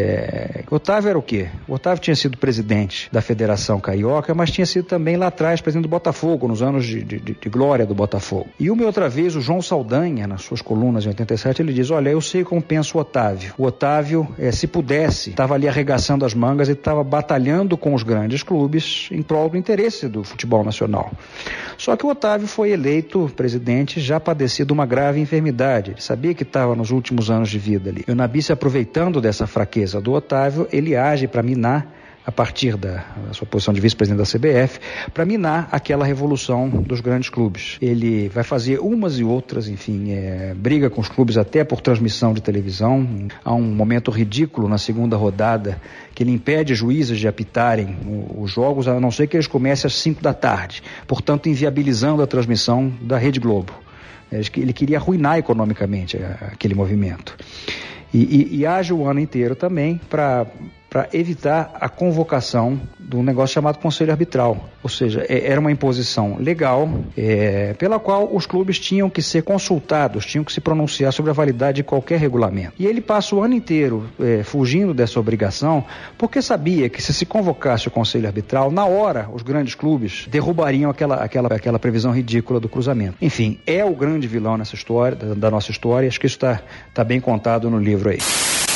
Speaker 3: É, Otávio era o quê? O Otávio tinha sido presidente da Federação Carioca, mas tinha sido também lá atrás presidente do Botafogo, nos anos de, de, de glória do Botafogo. E uma e outra vez o João Saldanha, nas suas colunas em oitenta e sete, ele diz, olha, eu sei como pensa o Otávio. O Otávio, é, se pudesse, estava ali arregaçando as mangas e estava batalhando com os grandes clubes em prol do interesse do futebol nacional. Só que o Otávio foi eleito presidente já padecido uma grave enfermidade. Ele sabia que estava nos últimos anos de vida ali. E o Nabih, se aproveitando dessa fraqueza do Otávio, ele age para minar, a partir da, da sua posição de vice-presidente da C B F, para minar aquela revolução dos grandes clubes. Ele vai fazer umas e outras, enfim, é, briga com os clubes até por transmissão de televisão. Há um momento ridículo na segunda rodada que ele impede juízes de apitarem os jogos, a não ser que eles comecem às cinco da tarde, portanto inviabilizando a transmissão da Rede Globo. Ele queria arruinar economicamente aquele movimento. E, e, e age o ano inteiro também para para evitar a convocação de um negócio chamado Conselho Arbitral. Ou seja, é, era uma imposição legal é, pela qual os clubes tinham que ser consultados, tinham que se pronunciar sobre a validade de qualquer regulamento. E ele passa o ano inteiro é, fugindo dessa obrigação, porque sabia que se se convocasse o Conselho Arbitral, na hora os grandes clubes derrubariam aquela, aquela, aquela previsão ridícula do cruzamento. Enfim, é o grande vilão nessa história, da, da nossa história, acho que isso está tá bem contado no livro aí.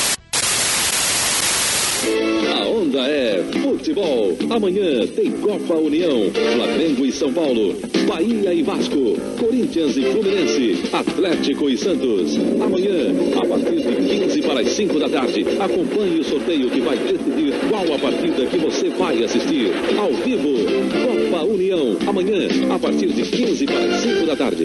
Speaker 7: É futebol. Amanhã tem Copa União, Flamengo e São Paulo, Bahia e Vasco, Corinthians e Fluminense, Atlético e Santos. Amanhã, a partir de quinze para as cinco da tarde, acompanhe o sorteio que vai decidir qual a partida que você vai assistir. Ao vivo, Copa União. Amanhã, a partir de quinze para as cinco da tarde.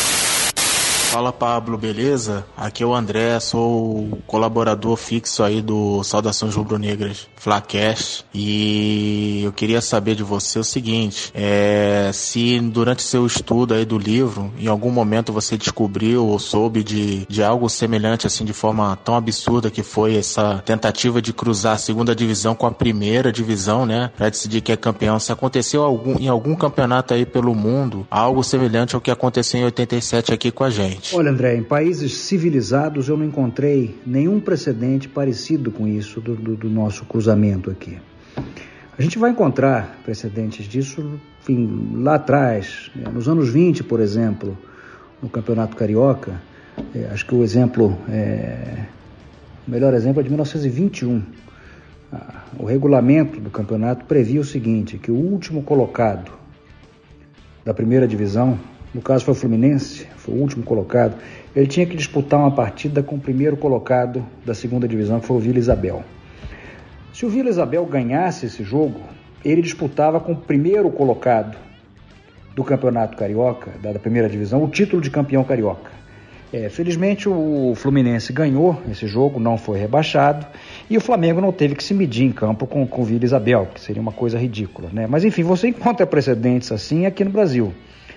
Speaker 5: Fala, Pablo, beleza? Aqui é o André, sou o colaborador fixo aí do Saudações Rubro-Negras Flacast, e eu queria saber de você o seguinte, é, se durante seu estudo aí do livro, em algum momento você descobriu ou soube de, de algo semelhante assim, de forma tão absurda que foi essa tentativa de cruzar a segunda divisão com a primeira divisão, né, pra decidir quem é campeão. Se aconteceu algum, em algum campeonato aí pelo mundo, algo semelhante ao que aconteceu em oitenta e sete aqui com a gente.
Speaker 3: Olha, André, em países civilizados eu não encontrei nenhum precedente parecido com isso do, do, do nosso cruzamento aqui. A gente vai encontrar precedentes disso, enfim, lá atrás, nos anos vinte, por exemplo, no Campeonato Carioca. É, acho que o exemplo, é, o melhor exemplo é de mil novecentos e vinte e um. Ah, o regulamento do campeonato previa o seguinte, que o último colocado da primeira divisão, no caso foi o Fluminense, foi o último colocado, ele tinha que disputar uma partida com o primeiro colocado da segunda divisão, que foi o Vila Isabel. Se o Vila Isabel ganhasse esse jogo, ele disputava com o primeiro colocado do Campeonato Carioca, da, da primeira divisão, o título de campeão carioca. É, felizmente o Fluminense ganhou esse jogo, não foi rebaixado, e o Flamengo não teve que se medir em campo com, com o Vila Isabel, que seria uma coisa ridícula, né? Mas enfim, você encontra precedentes assim aqui no Brasil.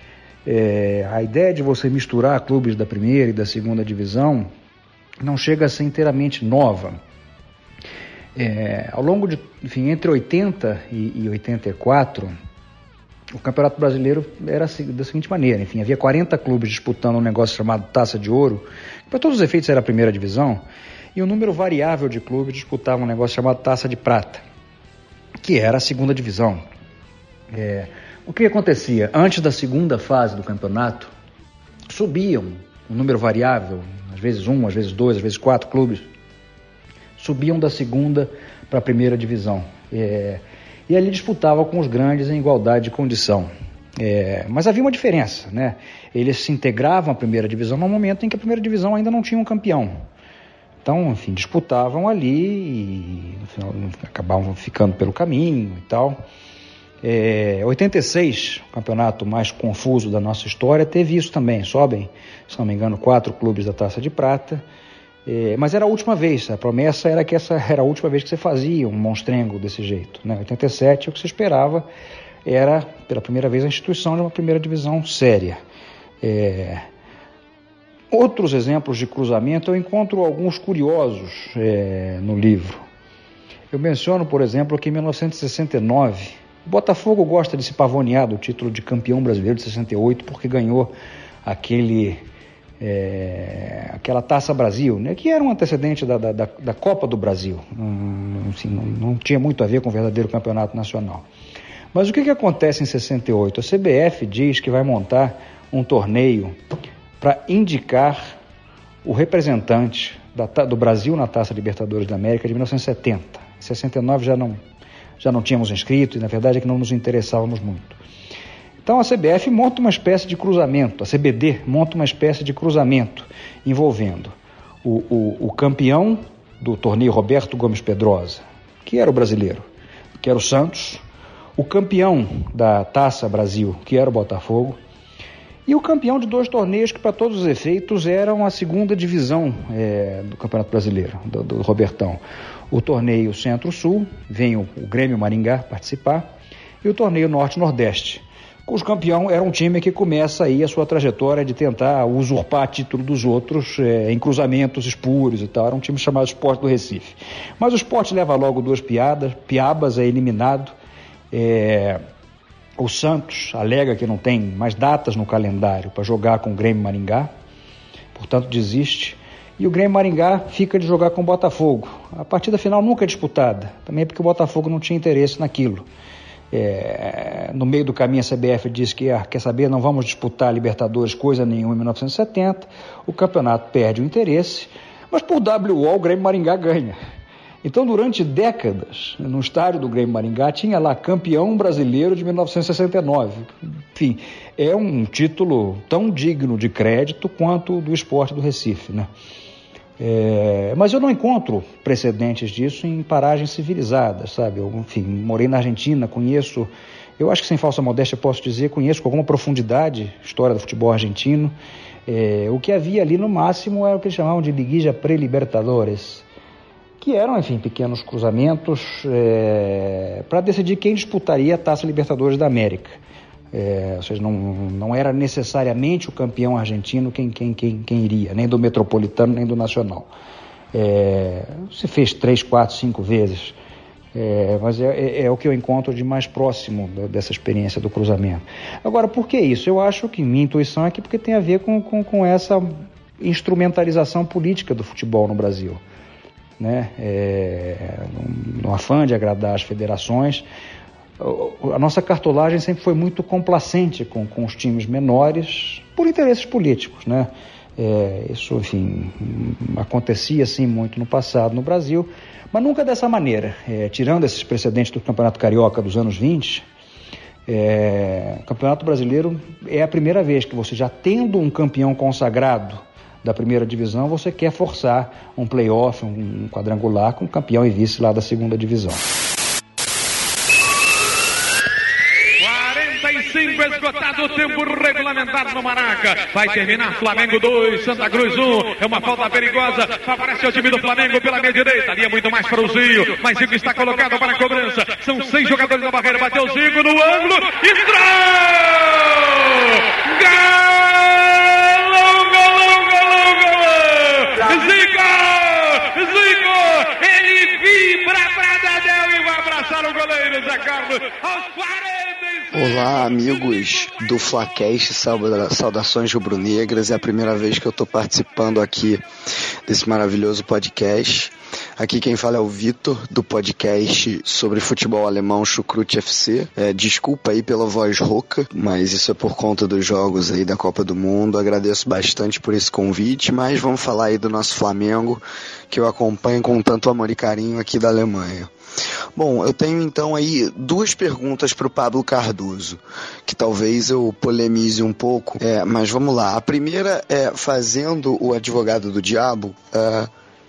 Speaker 3: É, a ideia de você misturar clubes da primeira e da segunda divisão não chega a ser inteiramente nova. É, ao longo de, enfim, entre oitenta e oitenta e quatro, o Campeonato Brasileiro era da seguinte maneira, enfim, havia quarenta clubes disputando um negócio chamado Taça de Ouro, que para todos os efeitos era a primeira divisão, e um número variável de clubes disputavam um negócio chamado Taça de Prata, que era a segunda divisão. É, o que acontecia? Antes da segunda fase do campeonato, subiam um número variável, às vezes um, às vezes dois, às vezes quatro clubes, subiam da segunda para a primeira divisão. É, e ali disputavam com os grandes em igualdade de condição. É, mas havia uma diferença, né? Eles se integravam à primeira divisão no momento em que a primeira divisão ainda não tinha um campeão. Então, enfim, disputavam ali e no final, acabavam ficando pelo caminho e tal. É, oitenta e seis, o campeonato mais confuso da nossa história, teve isso também. Sobem, se não me engano, quatro clubes da Taça de Prata. É, mas era a última vez, a promessa era que essa era a última vez que você fazia um monstrengo desse jeito, né? oitenta e sete, o que você esperava era, pela primeira vez, a instituição de uma primeira divisão séria. É... Outros exemplos de cruzamento, eu encontro alguns curiosos é, no livro. Eu menciono, por exemplo, que em mil novecentos e sessenta e nove, o Botafogo gosta de se pavonear do título de campeão brasileiro de sessenta e oito, porque ganhou aquele, é, aquela Taça Brasil, né, que era um antecedente da, da, da Copa do Brasil. Hum, assim, não, não tinha muito a ver com o verdadeiro campeonato nacional. Mas o que, que acontece em sessenta e oito? A C B F diz que vai montar um torneio para indicar o representante da, do Brasil na Taça Libertadores da América de mil novecentos e setenta. Em sessenta e nove já não, já não tínhamos inscritos, e na verdade é que não nos interessávamos muito. Então a C B F monta uma espécie de cruzamento, a C B D monta uma espécie de cruzamento envolvendo o, o, o campeão do torneio Roberto Gomes Pedrosa, que era o brasileiro, que era o Santos, o campeão da Taça Brasil, que era o Botafogo, e o campeão de dois torneios que, para todos os efeitos, eram a segunda divisão é, do Campeonato Brasileiro, do, do Robertão. O torneio Centro-Sul, vem o, o Grêmio Maringá participar, e o torneio Norte-Nordeste, cujo campeão era um time que começa aí a sua trajetória de tentar usurpar título dos outros é, em cruzamentos espúrios e tal. Era um time chamado Sport do Recife. Mas o Sport leva logo duas piadas, piabas, é eliminado. É... O Santos alega que não tem mais datas no calendário para jogar com o Grêmio Maringá, portanto desiste. E o Grêmio Maringá fica de jogar com o Botafogo. A partida final nunca é disputada, também porque o Botafogo não tinha interesse naquilo. É, no meio do caminho a C B F diz que, ah, quer saber, não vamos disputar a Libertadores coisa nenhuma em mil novecentos e setenta. O campeonato perde o interesse, mas por W O o Grêmio Maringá ganha. Então, durante décadas, no estádio do Grêmio Maringá, tinha lá campeão brasileiro de mil novecentos e sessenta e nove. Enfim, é um título tão digno de crédito quanto o do Sport do Recife, né? É, mas eu não encontro precedentes disso em paragens civilizadas, sabe? Eu, enfim, morei na Argentina, conheço, eu acho que sem falsa modéstia posso dizer, conheço com alguma profundidade a história do futebol argentino. É, o que havia ali no máximo era o que eles chamavam de liguilla pré-libertadores, que eram, enfim, pequenos cruzamentos é, para decidir quem disputaria a Taça Libertadores da América. É, ou seja, não, não era necessariamente o campeão argentino quem, quem, quem, quem iria, nem do Metropolitano, nem do Nacional. É, se fez três, quatro, cinco vezes, é, mas é, é, é o que eu encontro de mais próximo dessa experiência do cruzamento. Agora, por que isso? Eu acho que minha intuição é que porque tem a ver com, com, com essa instrumentalização política do futebol no Brasil. Né? É, no, no afã de agradar as federações, a nossa cartolagem sempre foi muito complacente com, com os times menores por interesses políticos, né? É, isso, enfim, acontecia assim muito no passado no Brasil, mas nunca dessa maneira. É, tirando esses precedentes do Campeonato Carioca dos anos vinte, é, o Campeonato Brasileiro é a primeira vez que você, já tendo um campeão consagrado da primeira divisão, você quer forçar um play-off, um quadrangular com campeão e vice lá da segunda divisão.
Speaker 8: quarenta e cinco, esgotado o tempo regulamentar no Maraca. Vai terminar Flamengo dois, Santa Cruz um. É uma falta perigosa. Favorece o time do Flamengo pela meia direita. Ali é muito mais para o Zinho. Mas Zico está colocado para a cobrança. São seis jogadores na barreira. Bateu o Zico no ângulo. Entrou! Gol! Zico! Zico! Ele vibra para Dedéu e vai abraçar o goleiro Zé Carlos aos quarenta e cinco.
Speaker 9: Olá, amigos do Flacast, saudações rubro-negras. É a primeira vez que eu estou participando aqui desse maravilhoso podcast. Aqui quem fala é o Vitor, do podcast sobre futebol alemão Chucrute F C. É, desculpa aí pela voz rouca, mas isso é por conta dos jogos aí da Copa do Mundo. Agradeço bastante por esse convite, mas vamos falar aí do nosso Flamengo, que eu acompanho com tanto amor e carinho aqui da Alemanha. Bom, eu tenho então aí duas perguntas para o Pablo Cardoso, que talvez eu polemize um pouco, é, mas vamos lá. A primeira é, fazendo o advogado do diabo, uh,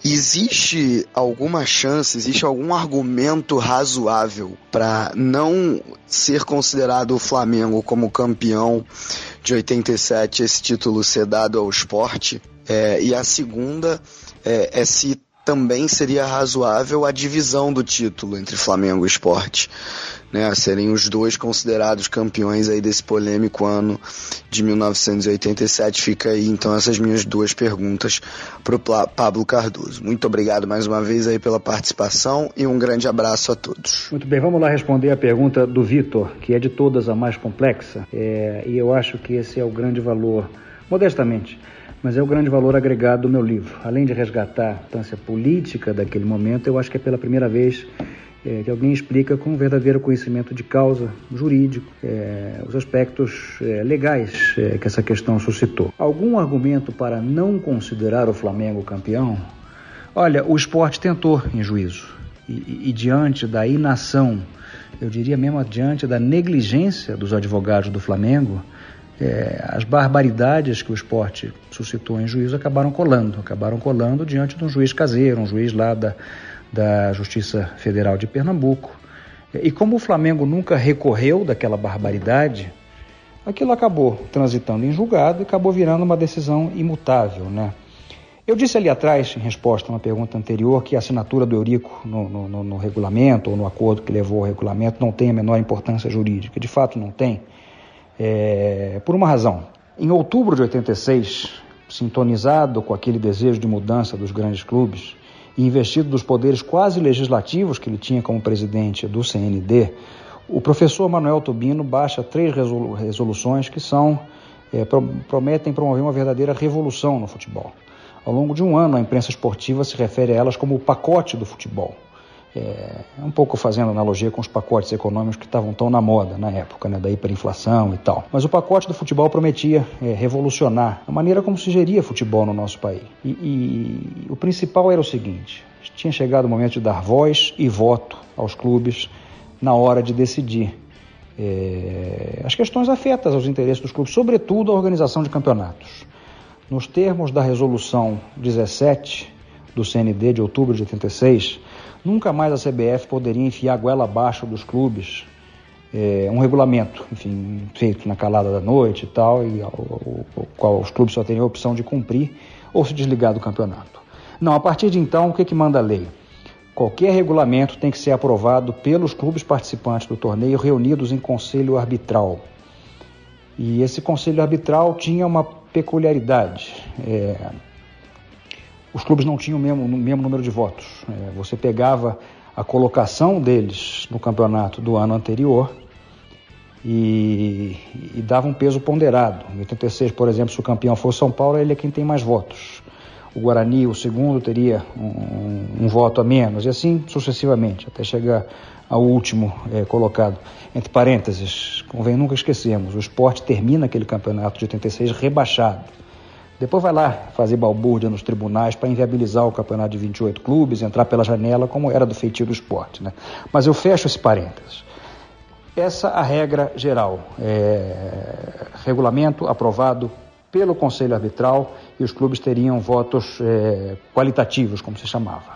Speaker 9: existe alguma chance, existe algum argumento razoável para não ser considerado o Flamengo como campeão de oitenta e sete, esse título ser dado ao Sport? É, e a segunda é, é se também seria razoável a divisão do título entre Flamengo e Sport, né? Serem os dois considerados campeões aí desse polêmico ano de mil novecentos e oitenta e sete. Fica aí então essas minhas duas perguntas para o Pablo Cardoso. Muito obrigado mais uma vez aí pela participação e um grande abraço a todos.
Speaker 3: Muito bem, vamos lá responder a pergunta do Vitor, que é de todas a mais complexa, é, e eu acho que esse é o grande valor, modestamente, mas é o grande valor agregado do meu livro. Além de resgatar a importância política daquele momento, eu acho que é pela primeira vez é, que alguém explica com um verdadeiro conhecimento de causa jurídico é, os aspectos é, legais é, que essa questão suscitou. Algum argumento para não considerar o Flamengo campeão? Olha, o Sport tentou em juízo e, e, e diante da inação, eu diria mesmo diante da negligência dos advogados do Flamengo, É, as barbaridades que o Sport suscitou em juízo acabaram colando, acabaram colando diante de um juiz caseiro, um juiz lá da, da Justiça Federal de Pernambuco. E como o Flamengo nunca recorreu daquela barbaridade, aquilo acabou transitando em julgado e acabou virando uma decisão imutável, né? Eu disse ali atrás, em resposta a uma pergunta anterior, que a assinatura do Eurico no, no, no regulamento, ou no acordo que levou ao regulamento, não tem a menor importância jurídica. De fato não tem. É, por uma razão. Em outubro de oitenta e seis, sintonizado com aquele desejo de mudança dos grandes clubes e investido dos poderes quase legislativos que ele tinha como presidente do C N D, o professor Manuel Tubino baixa três resolu- resoluções que são, é, pro- prometem promover uma verdadeira revolução no futebol. Ao longo de um ano, a imprensa esportiva se refere a elas como o pacote do futebol. É, um pouco fazendo analogia com os pacotes econômicos que estavam tão na moda na época, né, da hiperinflação e tal. Mas o pacote do futebol prometia é, revolucionar a maneira como se geria futebol no nosso país. E, e o principal era o seguinte: tinha chegado o momento de dar voz e voto aos clubes na hora de decidir é, as questões afetas aos interesses dos clubes, sobretudo a organização de campeonatos. Nos termos da resolução dezessete do C N D de outubro de oitenta e seis, nunca mais a C B F poderia enfiar a goela abaixo dos clubes é, um regulamento, enfim, feito na calada da noite e tal, e o qual os clubes só teriam a opção de cumprir ou se desligar do campeonato. Não, a partir de então, o que, que manda a lei? Qualquer regulamento tem que ser aprovado pelos clubes participantes do torneio reunidos em conselho arbitral. E esse conselho arbitral tinha uma peculiaridade. É, os clubes não tinham o mesmo, o mesmo número de votos. É, você pegava a colocação deles no campeonato do ano anterior e, e dava um peso ponderado. Em oitenta e seis, por exemplo, se o campeão for São Paulo, ele é quem tem mais votos. O Guarani, o segundo, teria um, um voto a menos, e assim sucessivamente, até chegar ao último é, colocado. Entre parênteses, convém nunca esquecermos, o Sport termina aquele campeonato de oitenta e seis rebaixado. Depois vai lá fazer balbúrdia nos tribunais para inviabilizar o campeonato de vinte e oito clubes, entrar pela janela, como era do feitio do Sport, né? Mas eu fecho esse parênteses. Essa é a regra geral. É, regulamento aprovado pelo Conselho Arbitral e os clubes teriam votos é, qualitativos, como se chamava.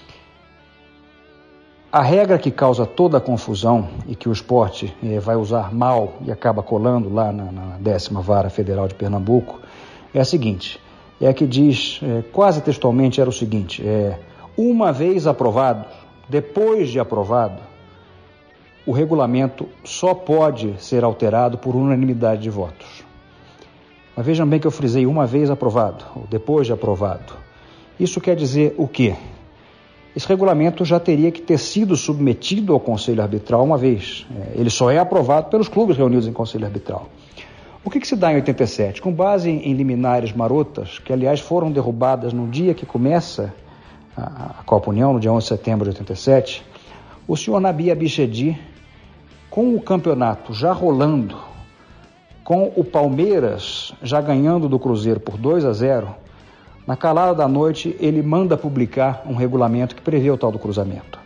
Speaker 3: A regra que causa toda a confusão e que o Sport é, vai usar mal e acaba colando lá na, na décima Vara Federal de Pernambuco é a seguinte, é a que diz, é, quase textualmente era o seguinte, é, uma vez aprovado, depois de aprovado, o regulamento só pode ser alterado por unanimidade de votos. Mas vejam bem que eu frisei uma vez aprovado, ou depois de aprovado. Isso quer dizer o quê? Esse regulamento já teria que ter sido submetido ao Conselho Arbitral uma vez. Ele só é aprovado pelos clubes reunidos em Conselho Arbitral. O que, que se dá em oitenta e sete? Com base em liminares marotas, que aliás foram derrubadas no dia que começa a Copa União, no dia onze de setembro de oitenta e sete, o senhor Nabi Abichedi, com o campeonato já rolando, com o Palmeiras já ganhando do Cruzeiro por dois a zero, na calada da noite ele manda publicar um regulamento que prevê o tal do cruzamento.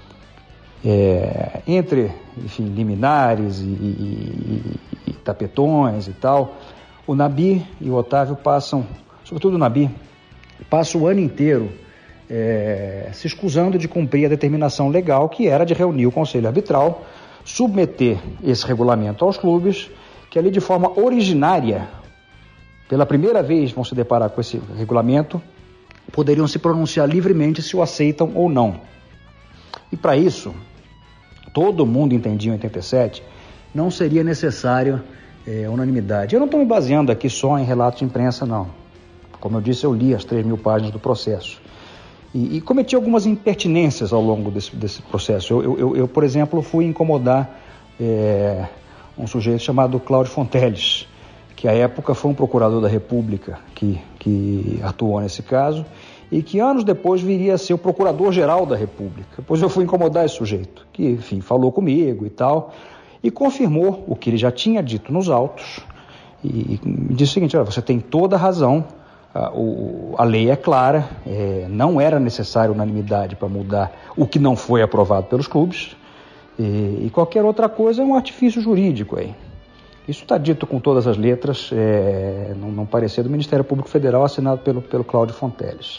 Speaker 3: É, entre, enfim, liminares e, e, e tapetões e tal, o Nabi e o Otávio passam, sobretudo o Nabi, passa o ano inteiro é, se escusando de cumprir a determinação legal que era de reunir o Conselho Arbitral, submeter esse regulamento aos clubes, que ali de forma originária, pela primeira vez vão se deparar com esse regulamento, poderiam se pronunciar livremente se o aceitam ou não. E para isso, todo mundo entendia em oitenta e sete, não seria necessário é, unanimidade. Eu não estou me baseando aqui só em relatos de imprensa, não. Como eu disse, eu li as três mil páginas do processo. E, e cometi algumas impertinências ao longo desse, desse processo. Eu, eu, eu, eu, por exemplo, fui incomodar é, um sujeito chamado Cláudio Fonteles, que à época foi um procurador da República que, que atuou nesse caso e que anos depois viria a ser o procurador-geral da República. Depois eu fui incomodar esse sujeito, que, enfim, falou comigo e tal, e confirmou o que ele já tinha dito nos autos, e, e disse o seguinte: olha, você tem toda a razão, a, o, a lei é clara, é, não era necessário unanimidade para mudar o que não foi aprovado pelos clubes, e, e qualquer outra coisa é um artifício jurídico aí. Isso está dito com todas as letras, é, não, não parecer do Ministério Público Federal, assinado pelo, pelo Cláudio Fonteles.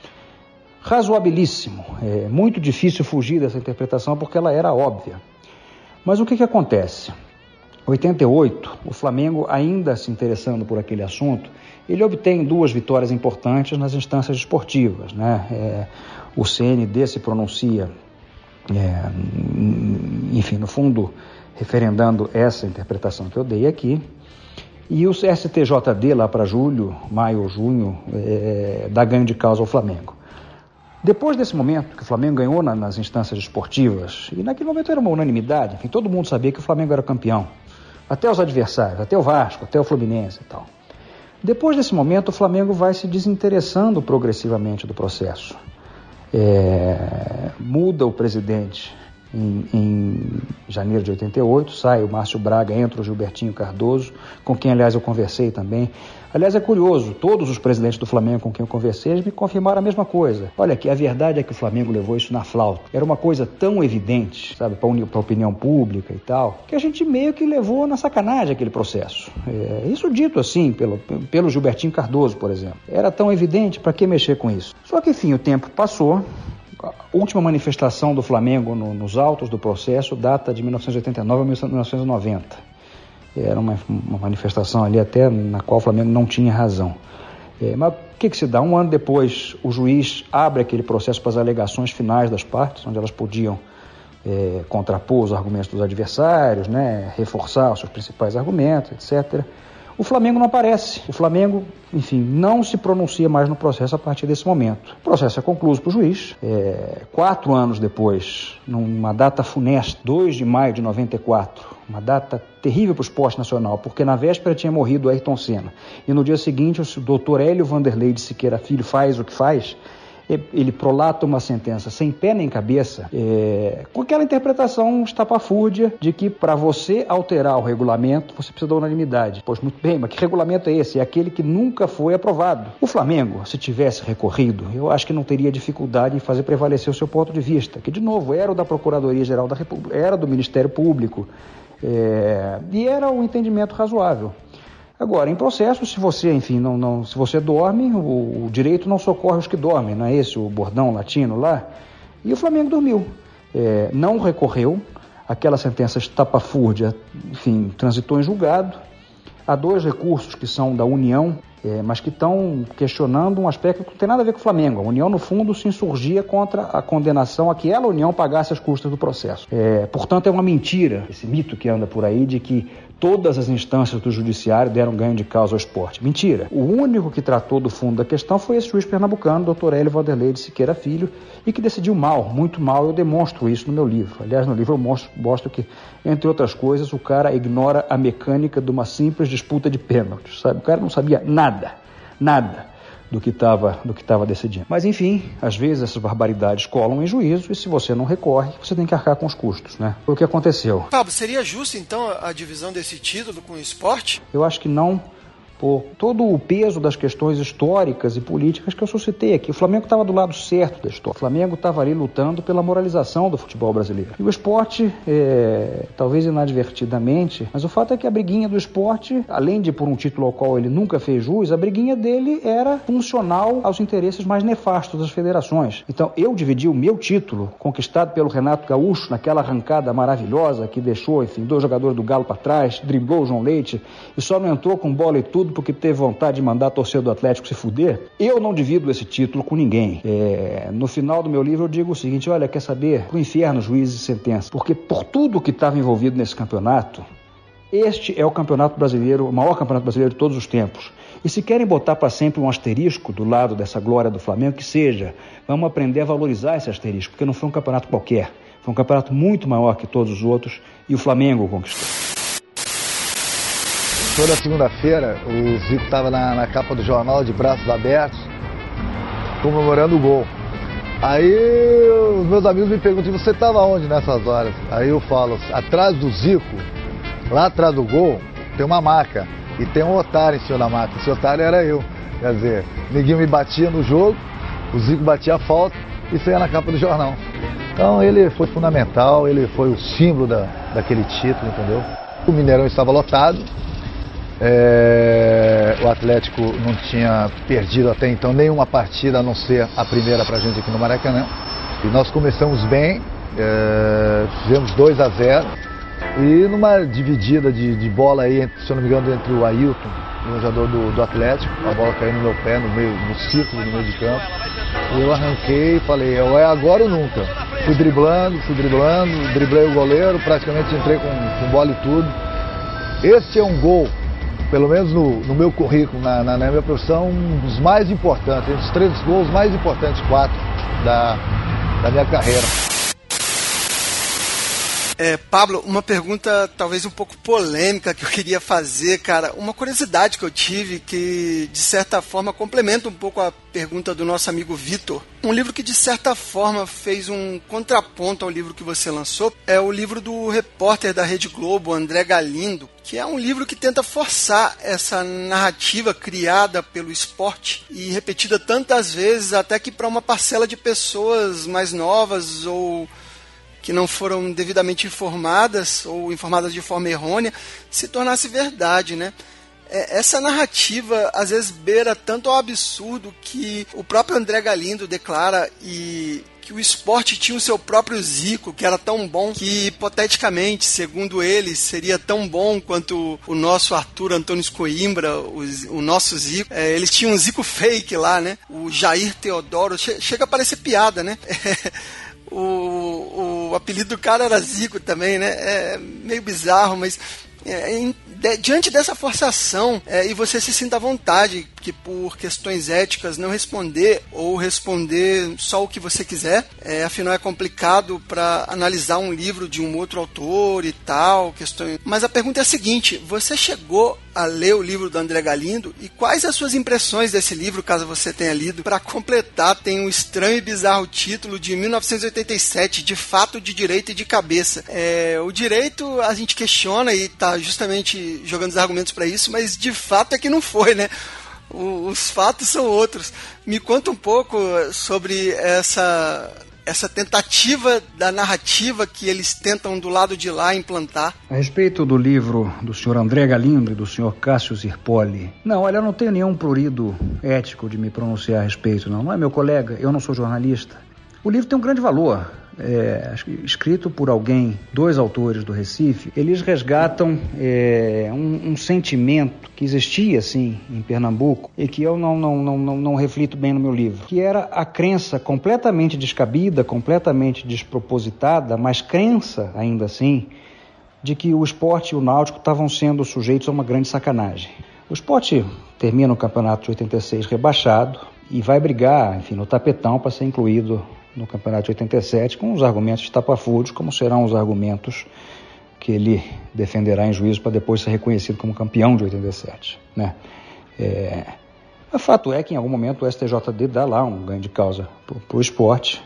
Speaker 3: Razoabilíssimo, é muito difícil fugir dessa interpretação porque ela era óbvia. Mas o que, que acontece? Em oitenta e oito, o Flamengo, ainda se interessando por aquele assunto, ele obtém duas vitórias importantes nas instâncias esportivas, né? É, o C N D se pronuncia, é, enfim, no fundo, referendando essa interpretação que eu dei aqui, e o S T J D, lá para julho, maio ou junho, é, dá ganho de causa ao Flamengo. Depois desse momento, que o Flamengo ganhou na, nas instâncias esportivas, e naquele momento era uma unanimidade, enfim, todo mundo sabia que o Flamengo era campeão, até os adversários, até o Vasco, até o Fluminense e tal. Depois desse momento, o Flamengo vai se desinteressando progressivamente do processo. É, muda o presidente em, em janeiro de oitenta e oito, sai o Márcio Braga, entra o Gilbertinho Cardoso, com quem, aliás, eu conversei também. Aliás, é curioso, todos os presidentes do Flamengo com quem eu conversei, eles me confirmaram a mesma coisa. Olha, que a verdade é que o Flamengo levou isso na flauta. Era uma coisa tão evidente, sabe, para a opinião pública e tal, que a gente meio que levou na sacanagem aquele processo. É, isso dito assim, pelo, pelo Gilbertinho Cardoso, por exemplo. Era tão evidente, para que mexer com isso? Só que, enfim, o tempo passou. A última manifestação do Flamengo no, nos autos do processo data de mil novecentos e oitenta e nove a mil novecentos e noventa. Era uma, uma manifestação ali até na qual o Flamengo não tinha razão. É, mas o que, que se dá? Um ano depois, o juiz abre aquele processo para as alegações finais das partes, onde elas podiam é, contrapor os argumentos dos adversários, né, reforçar os seus principais argumentos, etcétera. O Flamengo não aparece. O Flamengo, enfim, não se pronuncia mais no processo a partir desse momento. O processo é concluído para o juiz. É, quatro anos depois, numa data funesta, dois de maio de noventa e quatro, uma data terrível para o esporte nacional, porque na véspera tinha morrido o Ayrton Senna. E no dia seguinte, o doutor Hélio Vanderlei de Siqueira Filho faz o que faz. Ele prolata uma sentença sem pé nem cabeça, é, com aquela interpretação estapafúrdia de que para você alterar o regulamento, você precisa da unanimidade. Pois muito bem, mas que regulamento é esse? É aquele que nunca foi aprovado. O Flamengo, se tivesse recorrido, eu acho que não teria dificuldade em fazer prevalecer o seu ponto de vista, que de novo era o da Procuradoria-Geral da República, era do Ministério Público, é, e era um entendimento razoável. Agora, em processo, se você, enfim, não, não, se você dorme, o, o direito não socorre os que dormem, não é esse o bordão latino lá? E o Flamengo dormiu. É, não recorreu, aquela sentença estapafúrdia, enfim, transitou em julgado. Há dois recursos que são da União, é, mas que estão questionando um aspecto que não tem nada a ver com o Flamengo. A União, no fundo, se insurgia contra a condenação a que ela, a União, pagasse as custas do processo. É, portanto, é uma mentira esse mito que anda por aí de que todas as instâncias do judiciário deram ganho de causa ao esporte. Mentira. O único que tratou do fundo da questão foi esse juiz pernambucano, doutor Hélio Vanderlei de Siqueira Filho, e que decidiu mal, muito mal. Eu demonstro isso no meu livro. Aliás, no livro eu mostro, mostro que, entre outras coisas, o cara ignora a mecânica de uma simples disputa de pênaltis, sabe? O cara não sabia nada, nada. do que estava do que estava decidindo. Mas, enfim, às vezes essas barbaridades colam em juízo e se você não recorre, você tem que arcar com os custos, né? Foi o que aconteceu.
Speaker 1: Pablo, seria justo, então, a divisão desse título com o esporte?
Speaker 3: Eu acho que não, por todo o peso das questões históricas e políticas que eu suscitei aqui. O Flamengo estava do lado certo da história. O Flamengo estava ali lutando pela moralização do futebol brasileiro. E o esporte, é, talvez inadvertidamente, mas o fato é que a briguinha do esporte, além de por um título ao qual ele nunca fez jus, a briguinha dele era funcional aos interesses mais nefastos das federações. Então, eu dividi o meu título, conquistado pelo Renato Gaúcho, naquela arrancada maravilhosa que deixou, enfim, dois jogadores do Galo para trás, driblou o João Leite e só não entrou com bola e tudo porque teve vontade de mandar a torcida do Atlético se fuder. Eu não divido esse título com ninguém. É, no final do meu livro eu digo o seguinte: olha, quer saber? Pro inferno, juízes e sentenças. Porque por tudo que estava envolvido nesse campeonato, este é o campeonato brasileiro, o maior campeonato brasileiro de todos os tempos. E se querem botar para sempre um asterisco do lado dessa glória do Flamengo, que seja, vamos aprender a valorizar esse asterisco, porque não foi um campeonato qualquer. Foi um campeonato muito maior que todos os outros e o Flamengo o conquistou.
Speaker 10: Toda segunda-feira o Zico estava na, na capa do jornal de braços abertos, comemorando o gol. Aí os meus amigos me perguntam: você estava onde nessas horas? Aí eu falo: atrás do Zico, lá atrás do gol, tem uma maca e tem um otário em cima da maca. Esse otário era eu. Quer dizer, ninguém me batia no jogo, o Zico batia a falta e saía na capa do jornal. Então ele foi fundamental, ele foi o símbolo da, daquele título, entendeu? O Mineirão estava lotado. É, o Atlético não tinha perdido até então nenhuma partida, a não ser a primeira pra gente aqui no Maracanã. E nós começamos bem, é, fizemos dois a zero. E numa dividida de, de bola aí, se eu não me engano, entre o Ailton e o jogador do, do Atlético, a bola caiu no meu pé, no meio, no círculo, no meio de campo. E eu arranquei e falei: ou é agora ou nunca. Fui driblando, fui driblando, driblei o goleiro, praticamente entrei com, com bola e tudo. Este é um gol, pelo menos no, no meu currículo, na, na, na minha profissão, um dos mais importantes, um dos três gols mais importantes, quatro, da, da minha carreira.
Speaker 1: É, Pablo, uma pergunta talvez um pouco polêmica que eu queria fazer, cara. Uma curiosidade que eu tive que, de certa forma, complementa um pouco a pergunta do nosso amigo Vitor. Um livro que, de certa forma, fez um contraponto ao livro que você lançou é o livro do repórter da Rede Globo, André Galindo, que é um livro que tenta forçar essa narrativa criada pelo esporte e repetida tantas vezes até que para uma parcela de pessoas mais novas ou que não foram devidamente informadas ou informadas de forma errônea, se tornasse verdade, né? Essa narrativa às vezes beira tanto ao absurdo que o próprio André Galindo declara e que o esporte tinha o seu próprio Zico, que era tão bom que, hipoteticamente, segundo ele, seria tão bom quanto o nosso Arthur Antônio Coimbra, o, o nosso Zico. É, eles tinham um Zico fake lá, né? O Jair Teodoro, che- chega a parecer piada, né? O, o apelido do cara era Zico também, né? É meio bizarro, mas é, em, de, diante dessa forçação, é, e você se sinta à vontade que por questões éticas não responder ou responder só o que você quiser, é, afinal é complicado para analisar um livro de um outro autor e tal, questões. Mas a pergunta é a seguinte: você chegou a ler o livro do André Galindo e quais as suas impressões desse livro, caso você tenha lido? Para completar, tem um estranho e bizarro título de mil novecentos e oitenta e sete, De Fato, de Direito e de Cabeça. É, o direito a gente questiona e está justamente jogando os argumentos para isso, mas de fato é que não foi, né? Os fatos são outros. Me conta um pouco sobre essa, essa tentativa da narrativa que eles tentam do lado de lá implantar.
Speaker 3: A respeito do livro do senhor André Galindo e do senhor Cássio Zirpoli, não, olha, eu não tenho nenhum prurido ético de me pronunciar a respeito, não. Não é meu colega, eu não sou jornalista. O livro tem um grande valor. É, escrito por alguém, dois autores do Recife, eles resgatam é, um, um sentimento que existia, assim, em Pernambuco e que eu não, não, não, não, não reflito bem no meu livro, que era a crença completamente descabida, completamente despropositada, mas crença, ainda assim, de que o esporte e o Náutico estavam sendo sujeitos a uma grande sacanagem. O esporte termina o campeonato de oitenta e seis rebaixado e vai brigar, enfim, no tapetão para ser incluído no campeonato de oitenta e sete, com os argumentos estapafúrdios, como serão os argumentos que ele defenderá em juízo para depois ser reconhecido como campeão de oitenta e sete. Né? É... O fato é que em algum momento o S T J D dá lá um ganho de causa para o esporte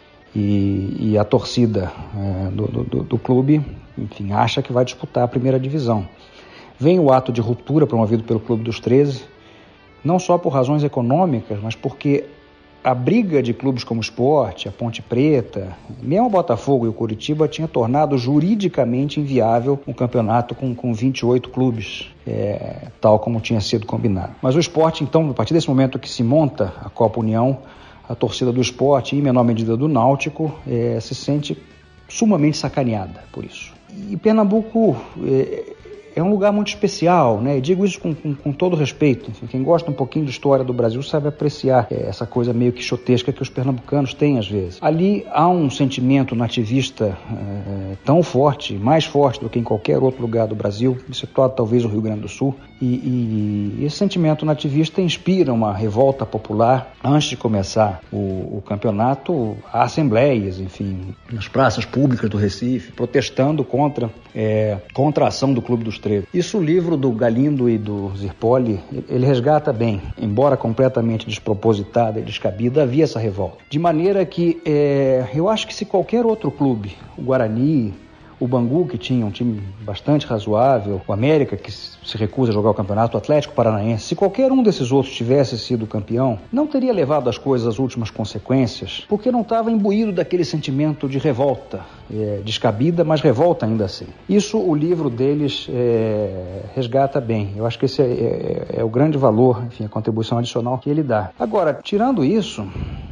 Speaker 3: e, e a torcida é, do, do, do clube, enfim, acha que vai disputar a primeira divisão. Vem o ato de ruptura promovido pelo Clube dos treze, não só por razões econômicas, mas porque a briga de clubes como o Sport, a Ponte Preta, mesmo o Botafogo e o Curitiba tinha tornado juridicamente inviável um campeonato com, com vinte e oito clubes, é, tal como tinha sido combinado. Mas o Sport, então, a partir desse momento que se monta a Copa União, a torcida do Sport, e em menor medida do Náutico, é, se sente sumamente sacaneada por isso. E Pernambuco é, é um lugar muito especial, né? Eu digo isso com, com, com todo respeito. Enfim, quem gosta um pouquinho de história do Brasil sabe apreciar é, essa coisa meio quixotesca que os pernambucanos têm às vezes. Ali há um sentimento nativista é, tão forte, mais forte do que em qualquer outro lugar do Brasil, excetuado talvez o Rio Grande do Sul, e, e, e esse sentimento nativista inspira uma revolta popular. Antes de começar o, o campeonato, há assembleias, enfim, nas praças públicas do Recife, protestando contra, é, contra a ação do Clube dos treze. Isso o livro do Galindo e do Zirpoli, ele resgata bem. Embora completamente despropositada e descabida, havia essa revolta. De maneira que é, eu acho que se qualquer outro clube, o Guarani, o Bangu, que tinha um time bastante razoável, o América, que se recusa a jogar o campeonato, o Atlético Paranaense, se qualquer um desses outros tivesse sido campeão, não teria levado as coisas às últimas consequências, porque não estava imbuído daquele sentimento de revolta, é, descabida, mas revolta ainda assim. Isso o livro deles é, resgata bem. Eu acho que esse é, é, é o grande valor, enfim, a contribuição adicional que ele dá. Agora, tirando isso,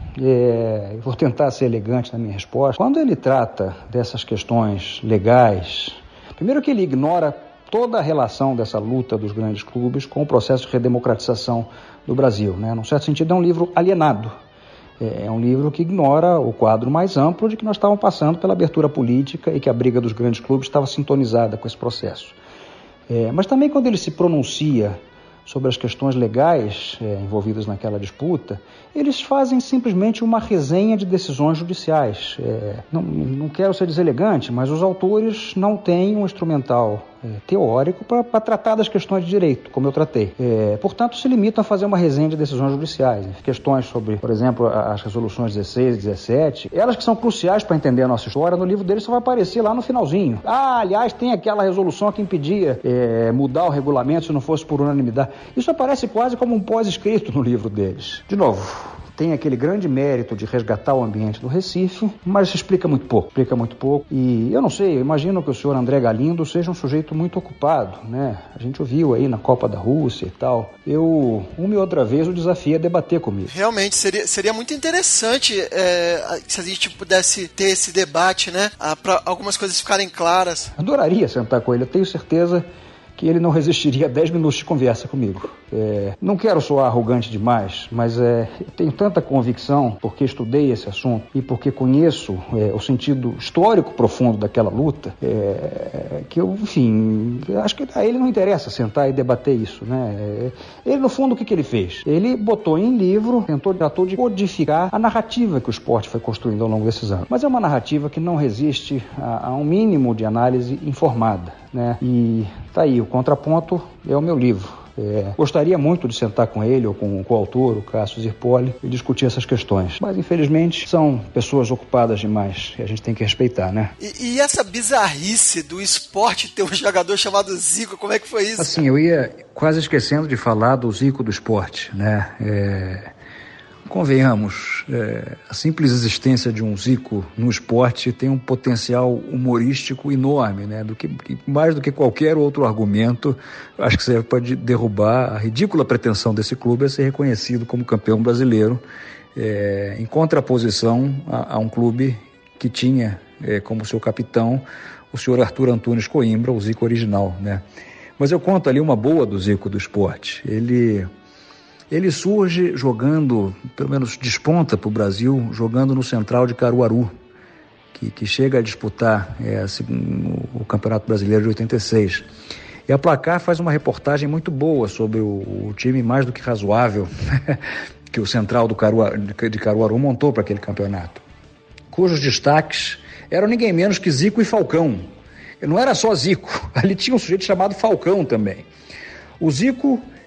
Speaker 3: É, vou tentar ser elegante na minha resposta. Quando ele trata dessas questões legais, primeiro que ele ignora toda a relação dessa luta dos grandes clubes com o processo de redemocratização do Brasil, né? Num certo sentido é um livro alienado, é um livro que ignora o quadro mais amplo de que nós estávamos passando pela abertura política e que a briga dos grandes clubes estava sintonizada com esse processo. É, mas também quando ele se pronuncia sobre as questões legais é, envolvidas naquela disputa, eles fazem simplesmente uma resenha de decisões judiciais. É, não, não quero ser deselegante, mas os autores não têm um instrumental é, teórico para tratar das questões de direito, como eu tratei. É, portanto, se limitam a fazer uma resenha de decisões judiciais. Né? Questões sobre, por exemplo, as resoluções dezesseis e dezessete, elas que são cruciais para entender a nossa história, no livro deles só vai aparecer lá no finalzinho. Ah, aliás, tem aquela resolução que impedia é, mudar o regulamento se não fosse por unanimidade. Isso aparece quase como um pós-escrito no livro deles. De novo, tem aquele grande mérito de resgatar o ambiente do Recife, mas explica muito pouco, explica muito pouco. E eu não sei, eu imagino que o senhor André Galindo seja um sujeito muito ocupado, né? A gente ouviu aí na Copa da Rússia e tal. Eu, uma e outra vez, o desafio é debater comigo.
Speaker 1: Realmente, seria, seria muito interessante é, se a gente pudesse ter esse debate, né? Para algumas coisas ficarem claras.
Speaker 3: Adoraria sentar com ele, eu tenho certeza que ele não resistiria a dez minutos de conversa comigo. É, não quero soar arrogante demais, mas é, eu tenho tanta convicção, porque estudei esse assunto e porque conheço é, o sentido histórico profundo daquela luta, é, que eu, enfim, acho que a ele não interessa sentar e debater isso, né? É, ele, no fundo, o que, que ele fez? Ele botou em livro, tentou, tratou de codificar a narrativa que o esporte foi construindo ao longo desses anos. Mas é uma narrativa que não resiste a, a um mínimo de análise informada, né? E tá aí, o contraponto é o meu livro. É, gostaria muito de sentar com ele ou com o coautor, o Cássio Zirpoli, e discutir essas questões. Mas, infelizmente, são pessoas ocupadas demais e a gente tem que respeitar, né?
Speaker 1: E, e essa bizarrice do esporte ter um jogador chamado Zico, como é que foi isso?
Speaker 3: Assim, eu ia quase esquecendo de falar do Zico do esporte, né? É... Convenhamos, é, a simples existência de um Zico no esporte tem um potencial humorístico enorme, né? Do que, mais do que qualquer outro argumento, acho que serve para derrubar a ridícula pretensão desse clube a ser reconhecido como campeão brasileiro, é, em contraposição a, a um clube que tinha é, como seu capitão o senhor Arthur Antunes Coimbra, o Zico original, né? Mas eu conto ali uma boa do Zico do esporte. Ele... Ele surge jogando, pelo menos desponta para o Brasil, jogando no Central de Caruaru, que, que chega a disputar é, o Campeonato Brasileiro de oitenta e seis. E a Placar faz uma reportagem muito boa sobre o, o time mais do que razoável que o Central do Caruaru, de Caruaru montou para aquele campeonato, cujos destaques eram ninguém menos que Zico e Falcão. Não era só Zico, ali tinha um sujeito chamado Falcão também. O Zico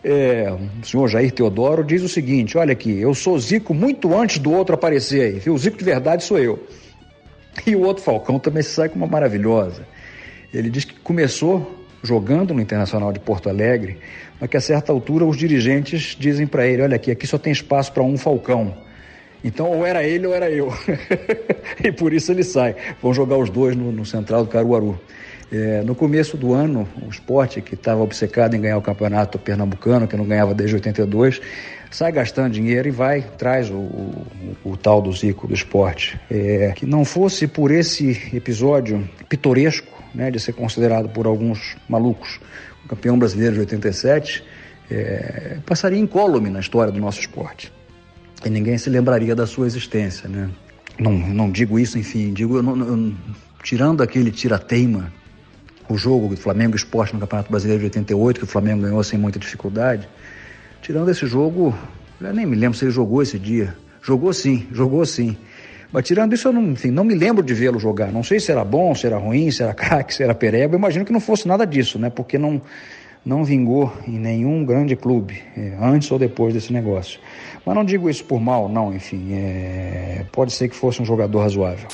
Speaker 3: É, o senhor Jair Teodoro diz o seguinte: olha aqui, eu sou Zico muito antes do outro aparecer aí, viu? O Zico de verdade sou eu. E o outro Falcão também se sai com uma maravilhosa. Ele diz que começou jogando no Internacional de Porto Alegre, mas que a certa altura os dirigentes dizem para ele: olha aqui, aqui só tem espaço para um Falcão. Então ou era ele ou era eu. E por isso ele sai. Vão jogar os dois no, no Central do Caruaru. É, no começo do ano, o Sport, que estava obcecado em ganhar o campeonato pernambucano, que não ganhava desde oitenta e dois, sai gastando dinheiro e vai, traz o, o, o tal do Zico do Sport. É, que não fosse por esse episódio pitoresco, né, de ser considerado por alguns malucos o campeão brasileiro de oitenta e sete, é, passaria incólume na história do nosso esporte. E ninguém se lembraria da sua existência, né? Não, não digo isso, enfim, digo, eu não, eu, tirando aquele tira-teima, o jogo do Flamengo Sport no Campeonato Brasileiro de oitenta e oito, que o Flamengo ganhou sem muita dificuldade, tirando esse jogo, eu nem me lembro se ele jogou esse dia. Jogou sim, jogou sim. Mas tirando isso, eu não, enfim, não me lembro de vê-lo jogar. Não sei se era bom, se era ruim, se era craque, se era pereba. Eu imagino que não fosse nada disso, né? Porque não, não vingou em nenhum grande clube, é, antes ou depois desse negócio. Mas não digo isso por mal, não, enfim. É, pode ser que fosse um jogador razoável.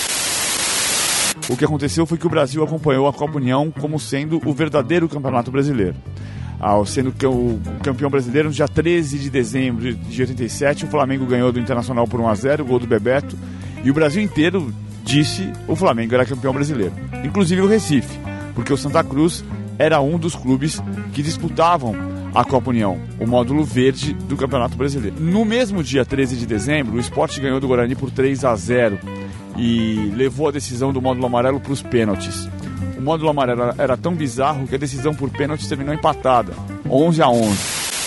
Speaker 11: O que aconteceu foi que o Brasil acompanhou a Copa União como sendo o verdadeiro Campeonato Brasileiro. Ao sendo que o campeão brasileiro, no dia treze de dezembro de oitenta e sete, o Flamengo ganhou do Internacional por um a zero, o gol do Bebeto, e o Brasil inteiro disse o Flamengo era campeão brasileiro, inclusive o Recife, porque o Santa Cruz era um dos clubes que disputavam a Copa União, o módulo verde do Campeonato Brasileiro. No mesmo dia treze de dezembro, o Sport ganhou do Guarani por três a zero e levou a decisão do módulo amarelo para os pênaltis. O módulo amarelo era tão bizarro que a decisão por pênaltis terminou empatada, onze a onze.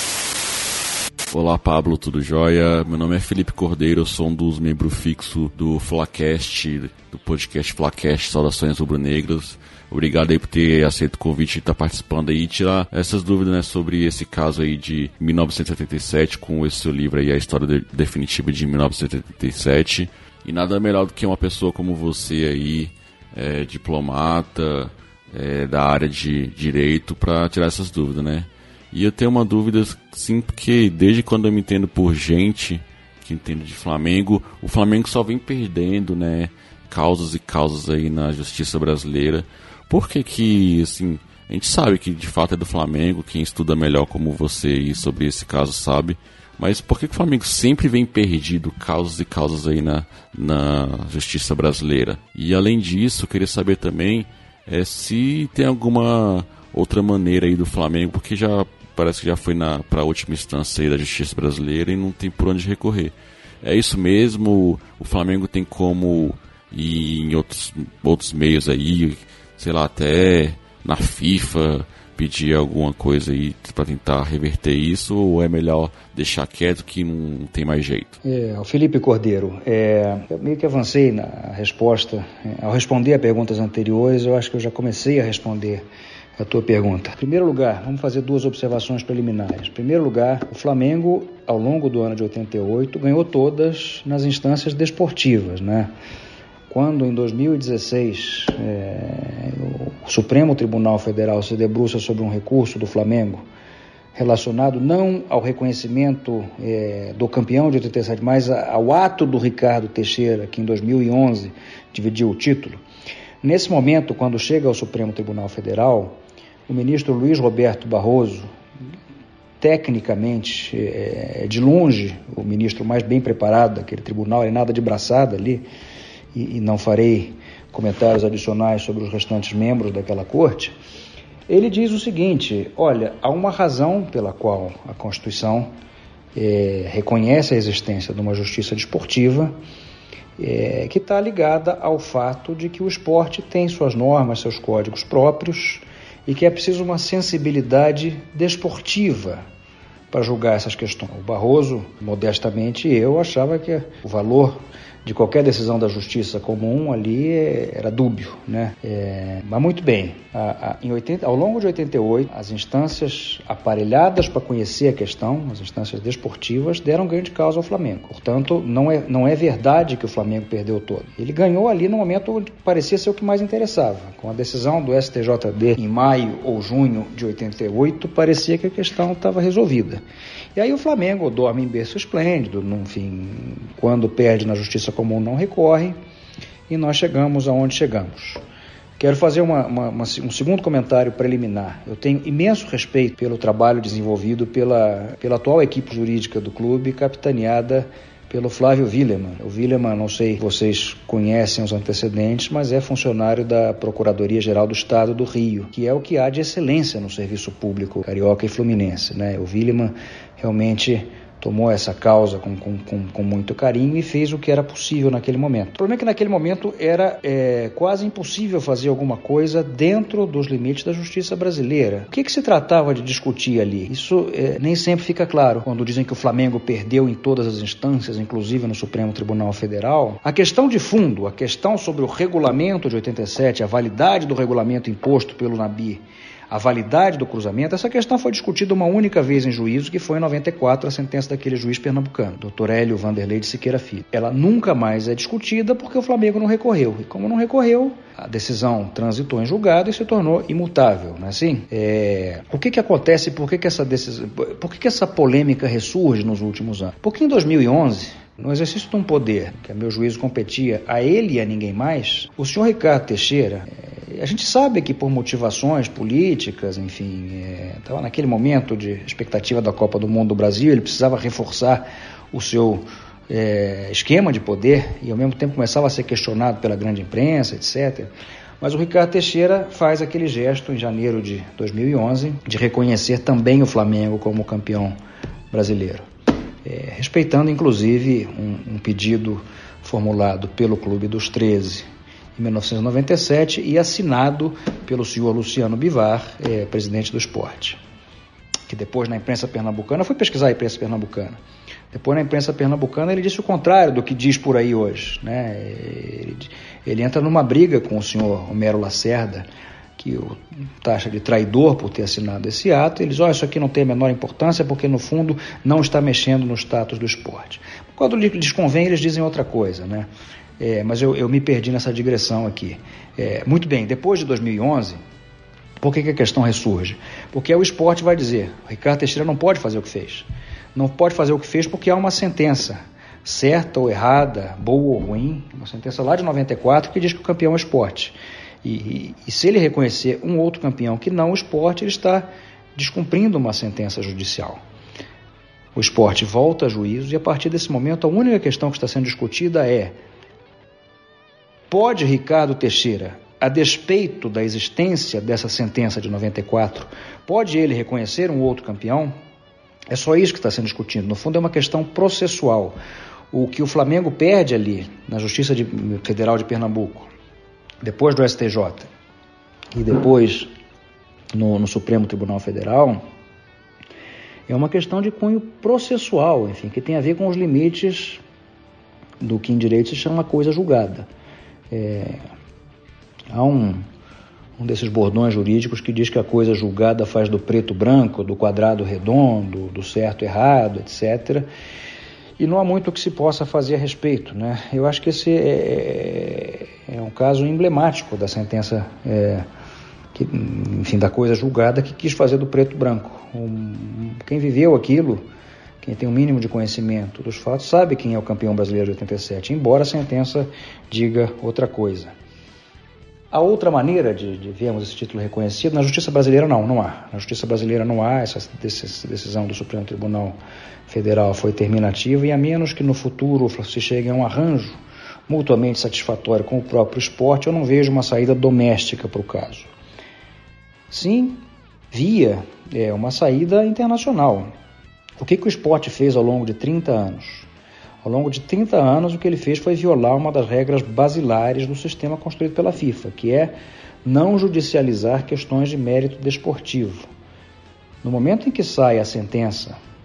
Speaker 12: Olá, Pablo, tudo jóia? Meu nome é Felipe Cordeiro, eu sou um dos membros fixos do Flacast, do podcast Flacast, Saudações Rubro-Negras. Obrigado aí por ter aceito o convite e estar participando aí e tirar essas dúvidas, né, sobre esse caso aí de mil novecentos e setenta e sete, com esse seu livro aí, A História de, Definitiva de mil novecentos e setenta e sete. E nada melhor do que uma pessoa como você aí, é, diplomata, é, da área de direito, para tirar essas dúvidas, né? E eu tenho uma dúvida, sim, porque desde quando eu me entendo por gente que entende de Flamengo, o Flamengo só vem perdendo, né, causas e causas aí na justiça brasileira. Por que que, assim, a gente sabe que de fato é do Flamengo, quem estuda melhor como você e sobre esse caso sabe, mas por que que o Flamengo sempre vem perdido causas e causas aí na, na justiça brasileira? E além disso, eu queria saber também é, se tem alguma outra maneira aí do Flamengo, porque já parece que já foi para a última instância aí da justiça brasileira e não tem por onde recorrer. É isso mesmo? O Flamengo tem como ir em outros, outros meios aí, sei lá, até na FIFA, pedir alguma coisa aí para tentar reverter isso, ou é melhor deixar quieto que não tem mais jeito?
Speaker 3: É, o Felipe Cordeiro, é, eu meio que avancei na resposta. É, ao responder a perguntas anteriores, eu acho que eu já comecei a responder a tua pergunta. Em primeiro lugar, vamos fazer duas observações preliminares. Em primeiro lugar, o Flamengo, ao longo do ano de oitenta e oito, ganhou todas nas instâncias desportivas, né? Quando, em dois mil e dezesseis, é, o Supremo Tribunal Federal se debruça sobre um recurso do Flamengo relacionado não ao reconhecimento é, do campeão de oitenta e sete, mas ao ato do Ricardo Teixeira, que em dois mil e onze dividiu o título. Nesse momento, quando chega ao Supremo Tribunal Federal, o ministro Luiz Roberto Barroso, tecnicamente, é, de longe, o ministro mais bem preparado daquele tribunal, é nada de braçada ali, e, e não farei comentários adicionais sobre os restantes membros daquela corte, ele diz o seguinte: olha, há uma razão pela qual a Constituição é, reconhece a existência de uma justiça desportiva, é, que está ligada ao fato de que o esporte tem suas normas, seus códigos próprios, e que é preciso uma sensibilidade desportiva para julgar essas questões. O Barroso, modestamente, eu achava que o valor de qualquer decisão da justiça comum ali era dúbio, né? É, mas muito bem, a, a, em oitenta, ao longo de oitenta e oito, as instâncias aparelhadas para conhecer a questão, as instâncias desportivas, deram ganho de causa ao Flamengo. Portanto, não é, não é verdade que o Flamengo perdeu todo. Ele ganhou ali no momento onde parecia ser o que mais interessava. Com a decisão do S T J D em maio ou junho de oitenta e oito, parecia que a questão estava resolvida. E aí o Flamengo dorme em berço esplêndido, no fim, quando perde na justiça comum não recorre, e nós chegamos aonde chegamos. Quero fazer uma, uma, uma, um segundo comentário preliminar. Eu tenho imenso respeito pelo trabalho desenvolvido pela, pela atual equipe jurídica do clube, capitaneada pelo Flávio Willemann. O Willemann, não sei se vocês conhecem os antecedentes, mas é funcionário da Procuradoria-Geral do Estado do Rio, que é o que há de excelência no serviço público carioca e fluminense, né? O Willemann realmente tomou essa causa com, com, com, com muito carinho e fez o que era possível naquele momento. O problema é que naquele momento era é, quase impossível fazer alguma coisa dentro dos limites da justiça brasileira. O que, que se tratava de discutir ali? Isso é, nem sempre fica claro quando dizem que o Flamengo perdeu em todas as instâncias, inclusive no Supremo Tribunal Federal. A questão de fundo, a questão sobre o regulamento de oitenta e sete, a validade do regulamento imposto pelo NABI, a validade do cruzamento, essa questão foi discutida uma única vez em juízo, que foi em noventa e quatro, a sentença daquele juiz pernambucano, doutor Hélio Vanderlei de Siqueira Filho. Ela nunca mais é discutida porque o Flamengo não recorreu. E como não recorreu, a decisão transitou em julgado e se tornou imutável, não é assim? É... O que que acontece, por que que essa decisão, por que que essa polêmica ressurge nos últimos anos? Porque em dois mil e onze, no exercício de um poder que, a meu juízo, competia a ele e a ninguém mais, o senhor Ricardo Teixeira, é, a gente sabe que por motivações políticas, enfim, estava é, naquele momento de expectativa da Copa do Mundo do Brasil, ele precisava reforçar o seu é, esquema de poder e, ao mesmo tempo, começava a ser questionado pela grande imprensa, etcétera. Mas o Ricardo Teixeira faz aquele gesto em janeiro de dois mil e onze de reconhecer também o Flamengo como campeão brasileiro. É, respeitando inclusive um, um pedido formulado pelo Clube dos treze em mil novecentos e noventa e sete e assinado pelo senhor Luciano Bivar, é, presidente do Sport, que depois na imprensa pernambucana, fui pesquisar a imprensa pernambucana, depois na imprensa pernambucana ele disse o contrário do que diz por aí hoje, né? ele, ele entra numa briga com o senhor Homero Lacerda, que o taxa de traidor por ter assinado esse ato. Eles, olha, isso aqui não tem a menor importância porque, no fundo, não está mexendo no status do esporte. Quando lhes convém, eles dizem outra coisa, né? É, mas eu, eu me perdi nessa digressão aqui. É, muito bem, depois de dois mil e onze, por que, que a questão ressurge? Porque o esporte vai dizer, o Ricardo Teixeira não pode fazer o que fez. Não pode fazer o que fez porque há uma sentença, certa ou errada, boa ou ruim, uma sentença lá de noventa e quatro que diz que o campeão é o esporte. E, e, e se ele reconhecer um outro campeão que não o esporte, ele está descumprindo uma sentença judicial. O esporte volta a juízo e, a partir desse momento, a única questão que está sendo discutida é: pode Ricardo Teixeira, a despeito da existência dessa sentença de noventa e quatro, pode ele reconhecer um outro campeão? É só isso que está sendo discutido. No fundo, é uma questão processual. O que o Flamengo perde ali na Justiça de, Federal de Pernambuco, depois do S T J e depois no, no Supremo Tribunal Federal, é uma questão de cunho processual, enfim, que tem a ver com os limites do que em direito se chama coisa julgada. É, há um, um desses bordões jurídicos que diz que a coisa julgada faz do preto branco, do quadrado redondo, do certo errado, etcétera, e não há muito o que se possa fazer a respeito, né? Eu acho que esse é, é um caso emblemático da sentença, é, que, enfim, da coisa julgada que quis fazer do preto branco. Um, quem viveu aquilo, quem tem o um mínimo de conhecimento dos fatos, sabe quem é o campeão brasileiro de oitenta e sete, embora a sentença diga outra coisa. A outra maneira de, de vermos esse título reconhecido, na justiça brasileira não, não há. Na justiça brasileira não há, essa decisão do Supremo Tribunal Federal foi terminativa, e a menos que no futuro se chegue a um arranjo mutuamente satisfatório com o próprio esporte, eu não vejo uma saída doméstica para o caso. Sim, via é, uma saída internacional. O que, que o esporte fez ao longo de trinta anos? Ao longo de trinta anos, o que ele fez foi violar uma das regras basilares do sistema construído pela FIFA, que é não judicializar questões de mérito desportivo. No momento em que sai a sentença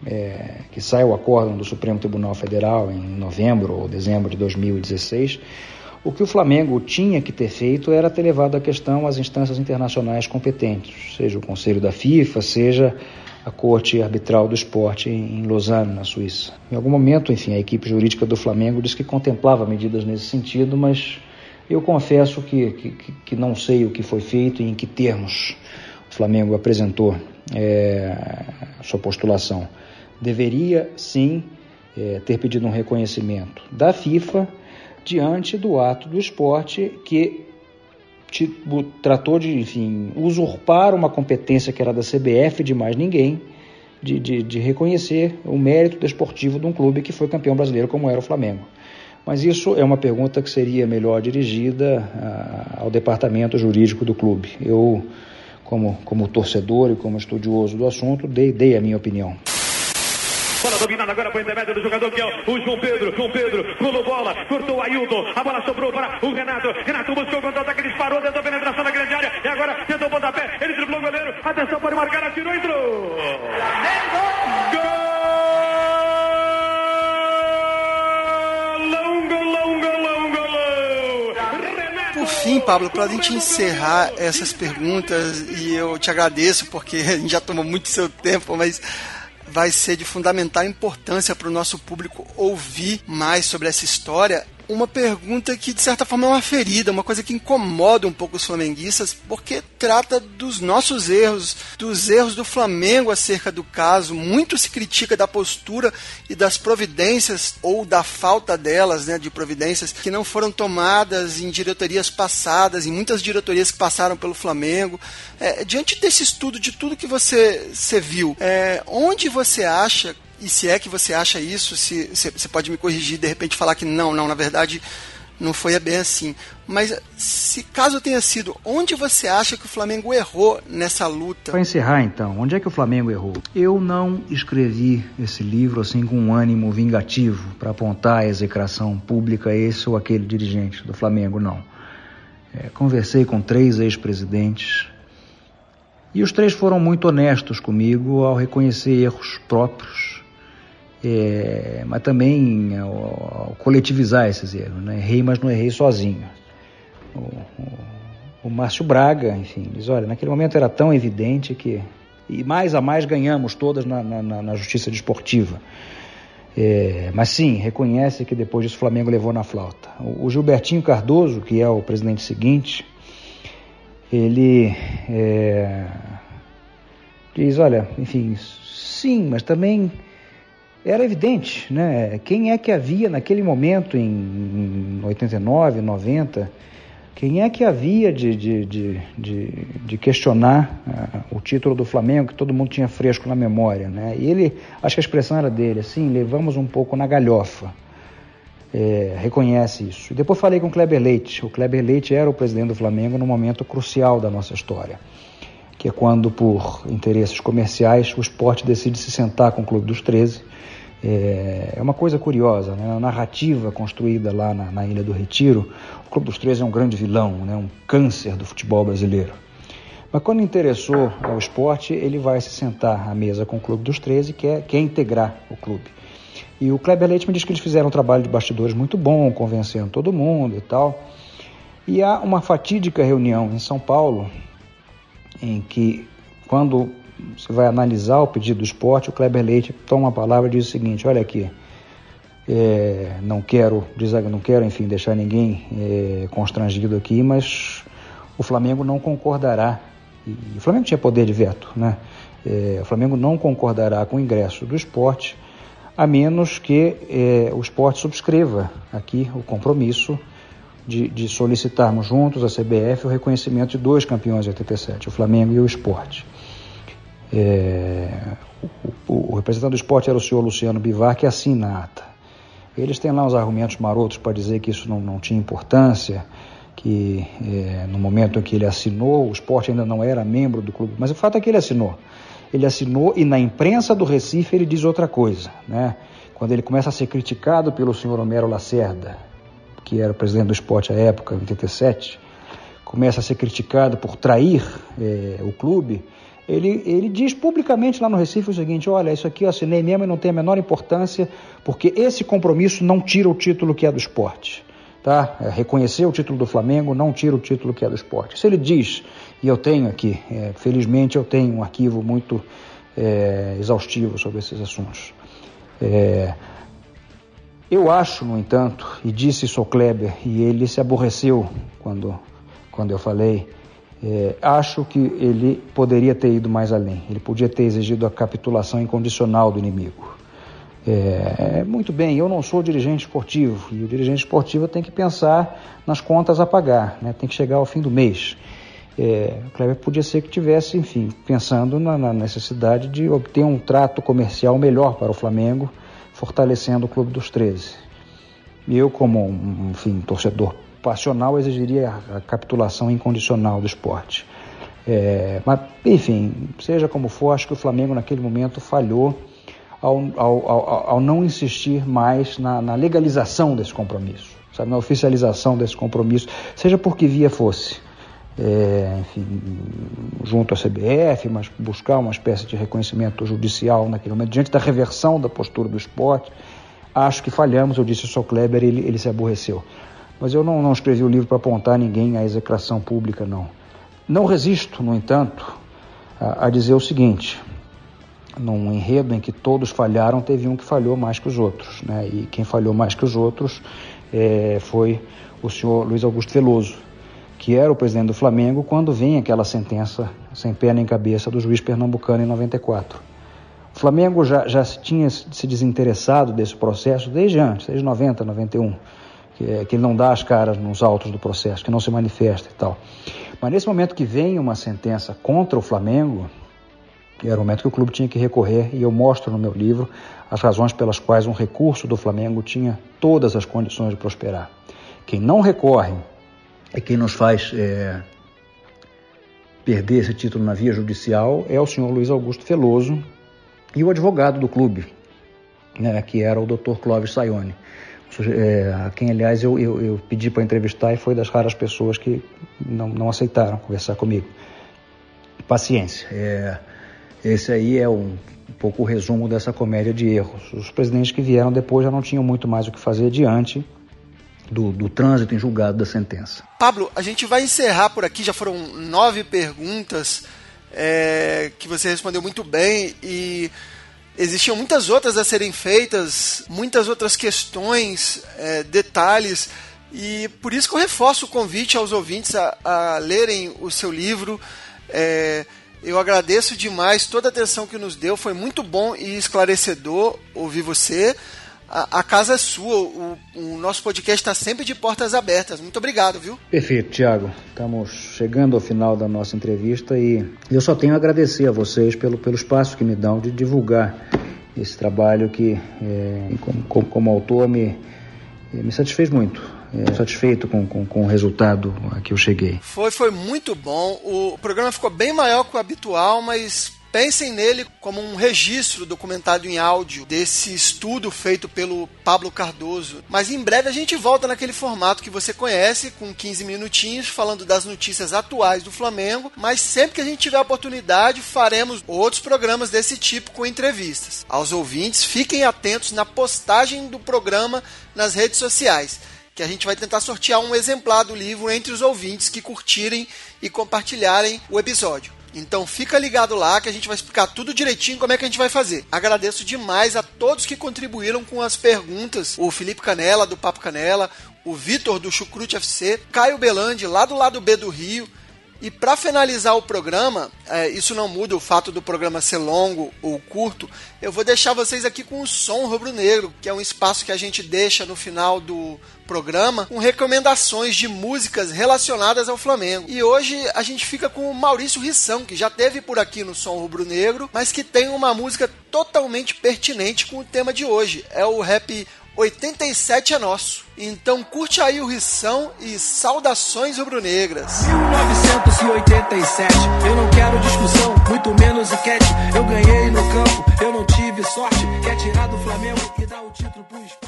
Speaker 3: é, que sai o acórdão do Supremo Tribunal Federal em novembro ou dezembro de dois mil e dezesseis, o que o Flamengo tinha que ter feito era ter levado a questão às instâncias internacionais competentes, seja o Conselho da FIFA, seja a Corte Arbitral do Esporte em Lausanne, na Suíça. Em algum momento, enfim, a equipe jurídica do Flamengo disse que contemplava medidas nesse sentido, mas eu confesso que, que, que não sei o que foi feito e em que termos o Flamengo apresentou é, a sua postulação. Deveria, sim, é, ter pedido um reconhecimento da FIFA diante do ato do esporte que tipo, tratou de, enfim, usurpar uma competência que era da C B F, de mais ninguém, de, de, de reconhecer o mérito desportivo de um clube que foi campeão brasileiro como era o Flamengo. Mas isso é uma pergunta que seria melhor dirigida a, ao departamento jurídico do clube. Eu, como, como torcedor e como estudioso do assunto, dei, dei a minha opinião.
Speaker 8: Bola dominada agora para o intermédio do jogador que é o João Pedro. João Pedro rolou bola, cortou o Ailton. A bola sobrou para o Renato. Renato buscou o contra-ataque, disparou, tentou penetração na grande área. E agora tentou o pontapé. Ele driblou o goleiro. Atenção, pode marcar, atirou, entrou. Golão, golão, golão, golão.
Speaker 1: Por fim, Pablo, para a gente encerrar essas perguntas, e eu te agradeço porque a gente já tomou muito seu tempo, mas vai ser de fundamental importância para o nosso público ouvir mais sobre essa história. Uma pergunta que, de certa forma, é uma ferida, uma coisa que incomoda um pouco os flamenguistas, porque trata dos nossos erros, dos erros do Flamengo acerca do caso. Muito se critica da postura e das providências, ou da falta delas, né, de providências, que não foram tomadas em diretorias passadas, em muitas diretorias que passaram pelo Flamengo. É, diante desse estudo, de tudo que você, você viu, é, onde você acha, e se é que você acha isso, se você pode me corrigir, de repente falar que não, não, na verdade não foi bem assim, mas se caso tenha sido, onde você acha que o Flamengo errou nessa luta?
Speaker 3: Para encerrar então, onde é que o Flamengo errou? Eu não escrevi esse livro assim com um ânimo vingativo para apontar a execração pública a esse ou aquele dirigente do Flamengo, não. É, conversei com três ex-presidentes e os três foram muito honestos comigo ao reconhecer erros próprios, É, mas também ao, ao coletivizar esses erros, né? Errei, mas não errei sozinho. O, o, o Márcio Braga, enfim, diz, olha, naquele momento era tão evidente que, e mais a mais ganhamos todas na, na, na justiça desportiva. É, mas sim, reconhece que depois disso o Flamengo levou na flauta. O, o Gilbertinho Cardoso, que é o presidente seguinte, ele é, diz, olha, enfim, sim, mas também era evidente, né? Quem é que havia naquele momento, em oitenta e nove, noventa, quem é que havia de, de, de, de, de questionar uh, o título do Flamengo, que todo mundo tinha fresco na memória, né? E ele, acho que a expressão era dele, assim, levamos um pouco na galhofa. É, reconhece isso. E depois falei com o Kleber Leite. O Kleber Leite era o presidente do Flamengo num momento crucial da nossa história, que é quando, por interesses comerciais, o Sport decide se sentar com o Clube dos treze. É uma coisa curiosa, né? A narrativa construída lá na, na Ilha do Retiro, o Clube dos treze é um grande vilão, né? Um câncer do futebol brasileiro. Mas quando interessou ao esporte, ele vai se sentar à mesa com o Clube dos treze e quer, quer integrar o clube. E o Kleber Leite me disse que eles fizeram um trabalho de bastidores muito bom, convencendo todo mundo e tal. E há uma fatídica reunião em São Paulo, em que, quando você vai analisar o pedido do esporte, o Kleber Leite toma a palavra e diz o seguinte, olha aqui, é, não quero, não quero, enfim, deixar ninguém é, constrangido aqui, mas o Flamengo não concordará, e o Flamengo tinha poder de veto, né? É, o Flamengo não concordará com o ingresso do esporte, a menos que é, o esporte subscreva aqui o compromisso de, de solicitarmos juntos à C B F o reconhecimento de dois campeões de oitenta e sete, o Flamengo e o esporte. É, o, o, o representante do esporte era o senhor Luciano Bivar, que assina a ata. Eles têm lá uns argumentos marotos para dizer que isso não, não tinha importância, que é, no momento em que ele assinou, o esporte ainda não era membro do clube, mas o fato é que ele assinou. Ele assinou e na imprensa do Recife ele diz outra coisa, né? Quando ele começa a ser criticado pelo senhor Homero Lacerda, que era o presidente do esporte à época, em oitenta e sete, começa a ser criticado por trair é, o clube, Ele, ele diz publicamente lá no Recife o seguinte: olha, isso aqui eu assinei mesmo e não tem a menor importância, porque esse compromisso não tira o título que é do esporte. Tá? É, reconhecer o título do Flamengo não tira o título que é do esporte. Isso ele diz, e eu tenho aqui, é, felizmente eu tenho um arquivo muito é, exaustivo sobre esses assuntos. É, eu acho, no entanto, e disse isso ao Kleber, e ele se aborreceu quando, quando eu falei, É, acho que ele poderia ter ido mais além. Ele podia ter exigido a capitulação incondicional do inimigo. É, muito bem, eu não sou dirigente esportivo, e o dirigente esportivo tem que pensar nas contas a pagar, né? Tem que chegar ao fim do mês. É, o Kleber podia ser que tivesse, enfim, pensando na, na necessidade de obter um trato comercial melhor para o Flamengo, fortalecendo o Clube dos treze. E eu, como um, enfim, torcedor passional, exigiria a capitulação incondicional do esporte. É, mas, enfim, seja como for, acho que o Flamengo naquele momento falhou ao, ao, ao, ao não insistir mais na, na legalização desse compromisso, sabe, na oficialização desse compromisso, seja por que via fosse. É, enfim, junto à C B F, mas buscar uma espécie de reconhecimento judicial naquele momento, diante da reversão da postura do esporte. Acho que falhamos, eu disse isso ao Kleber, e ele, ele se aborreceu. Mas eu não, não escrevi o livro para apontar ninguém à execração pública, não. Não resisto, no entanto, a, a dizer o seguinte: num enredo em que todos falharam, teve um que falhou mais que os outros, né? E quem falhou mais que os outros é, foi o senhor Luiz Augusto Veloso, que era o presidente do Flamengo quando vem aquela sentença sem pé nem cabeça do juiz pernambucano em noventa e quatro. O Flamengo já, já tinha se desinteressado desse processo desde antes, desde noventa, noventa e um. Que, que ele não dá as caras nos autos do processo, que não se manifesta e tal. Mas nesse momento que vem uma sentença contra o Flamengo, era o momento que o clube tinha que recorrer, e eu mostro no meu livro as razões pelas quais um recurso do Flamengo tinha todas as condições de prosperar. Quem não recorre é quem nos faz é, perder esse título na via judicial, é o senhor Luiz Augusto Veloso e o advogado do clube, né, que era o doutor Clóvis Sayone. É, a quem, aliás, eu, eu, eu pedi para entrevistar, e foi das raras pessoas que não, não aceitaram conversar comigo. Paciência. É, esse aí é um, um pouco o resumo dessa comédia de erros. Os presidentes que vieram depois já não tinham muito mais o que fazer diante do, do trânsito em julgado da sentença.
Speaker 1: Pablo, a gente vai encerrar por aqui. Já foram nove perguntas é, que você respondeu muito bem, e existiam muitas outras a serem feitas, muitas outras questões, é, detalhes, e por isso que eu reforço o convite aos ouvintes a, a lerem o seu livro. É, eu agradeço demais toda a atenção que nos deu, foi muito bom e esclarecedor ouvir você. A, a casa é sua, o, o nosso podcast está sempre de portas abertas. Muito obrigado, viu?
Speaker 3: Perfeito, Thiago. Estamos chegando ao final da nossa entrevista, e eu só tenho a agradecer a vocês pelo, pelo espaço que me dão de divulgar esse trabalho que, é, como, como, como autor, me, me satisfez muito. É, satisfeito com, com, com o resultado a que eu cheguei.
Speaker 1: Foi, foi muito bom. O programa ficou bem maior que o habitual, mas pensem nele como um registro documentado em áudio desse estudo feito pelo Pablo Cardoso. Mas em breve a gente volta naquele formato que você conhece, com quinze minutinhos, falando das notícias atuais do Flamengo. Mas sempre que a gente tiver a oportunidade, faremos outros programas desse tipo com entrevistas. Aos ouvintes, fiquem atentos na postagem do programa nas redes sociais, que a gente vai tentar sortear um exemplar do livro entre os ouvintes que curtirem e compartilharem o episódio. Então fica ligado lá que a gente vai explicar tudo direitinho como é que a gente vai fazer. Agradeço demais a todos que contribuíram com as perguntas. O Felipe Canella, do Papo Canela, o Vitor, do Chucrute F C, Caio Belandi, lá do lado B do Rio. E para finalizar o programa, é, isso não muda o fato do programa ser longo ou curto, eu vou deixar vocês aqui com o Som Rubro-Negro, que é um espaço que a gente deixa no final do programa com recomendações de músicas relacionadas ao Flamengo. E hoje a gente fica com o Maurício Rissão, que já esteve por aqui no Som Rubro-Negro, mas que tem uma música totalmente pertinente com o tema de hoje. É o rap oitenta e sete é Nosso. Então curte aí o Rissão e saudações rubro-negras.
Speaker 13: mil novecentos e oitenta e sete, eu não quero discussão, muito menos enquete. Eu ganhei no campo, eu não tive sorte. Quer tirar do Flamengo e dar o título pro esporte.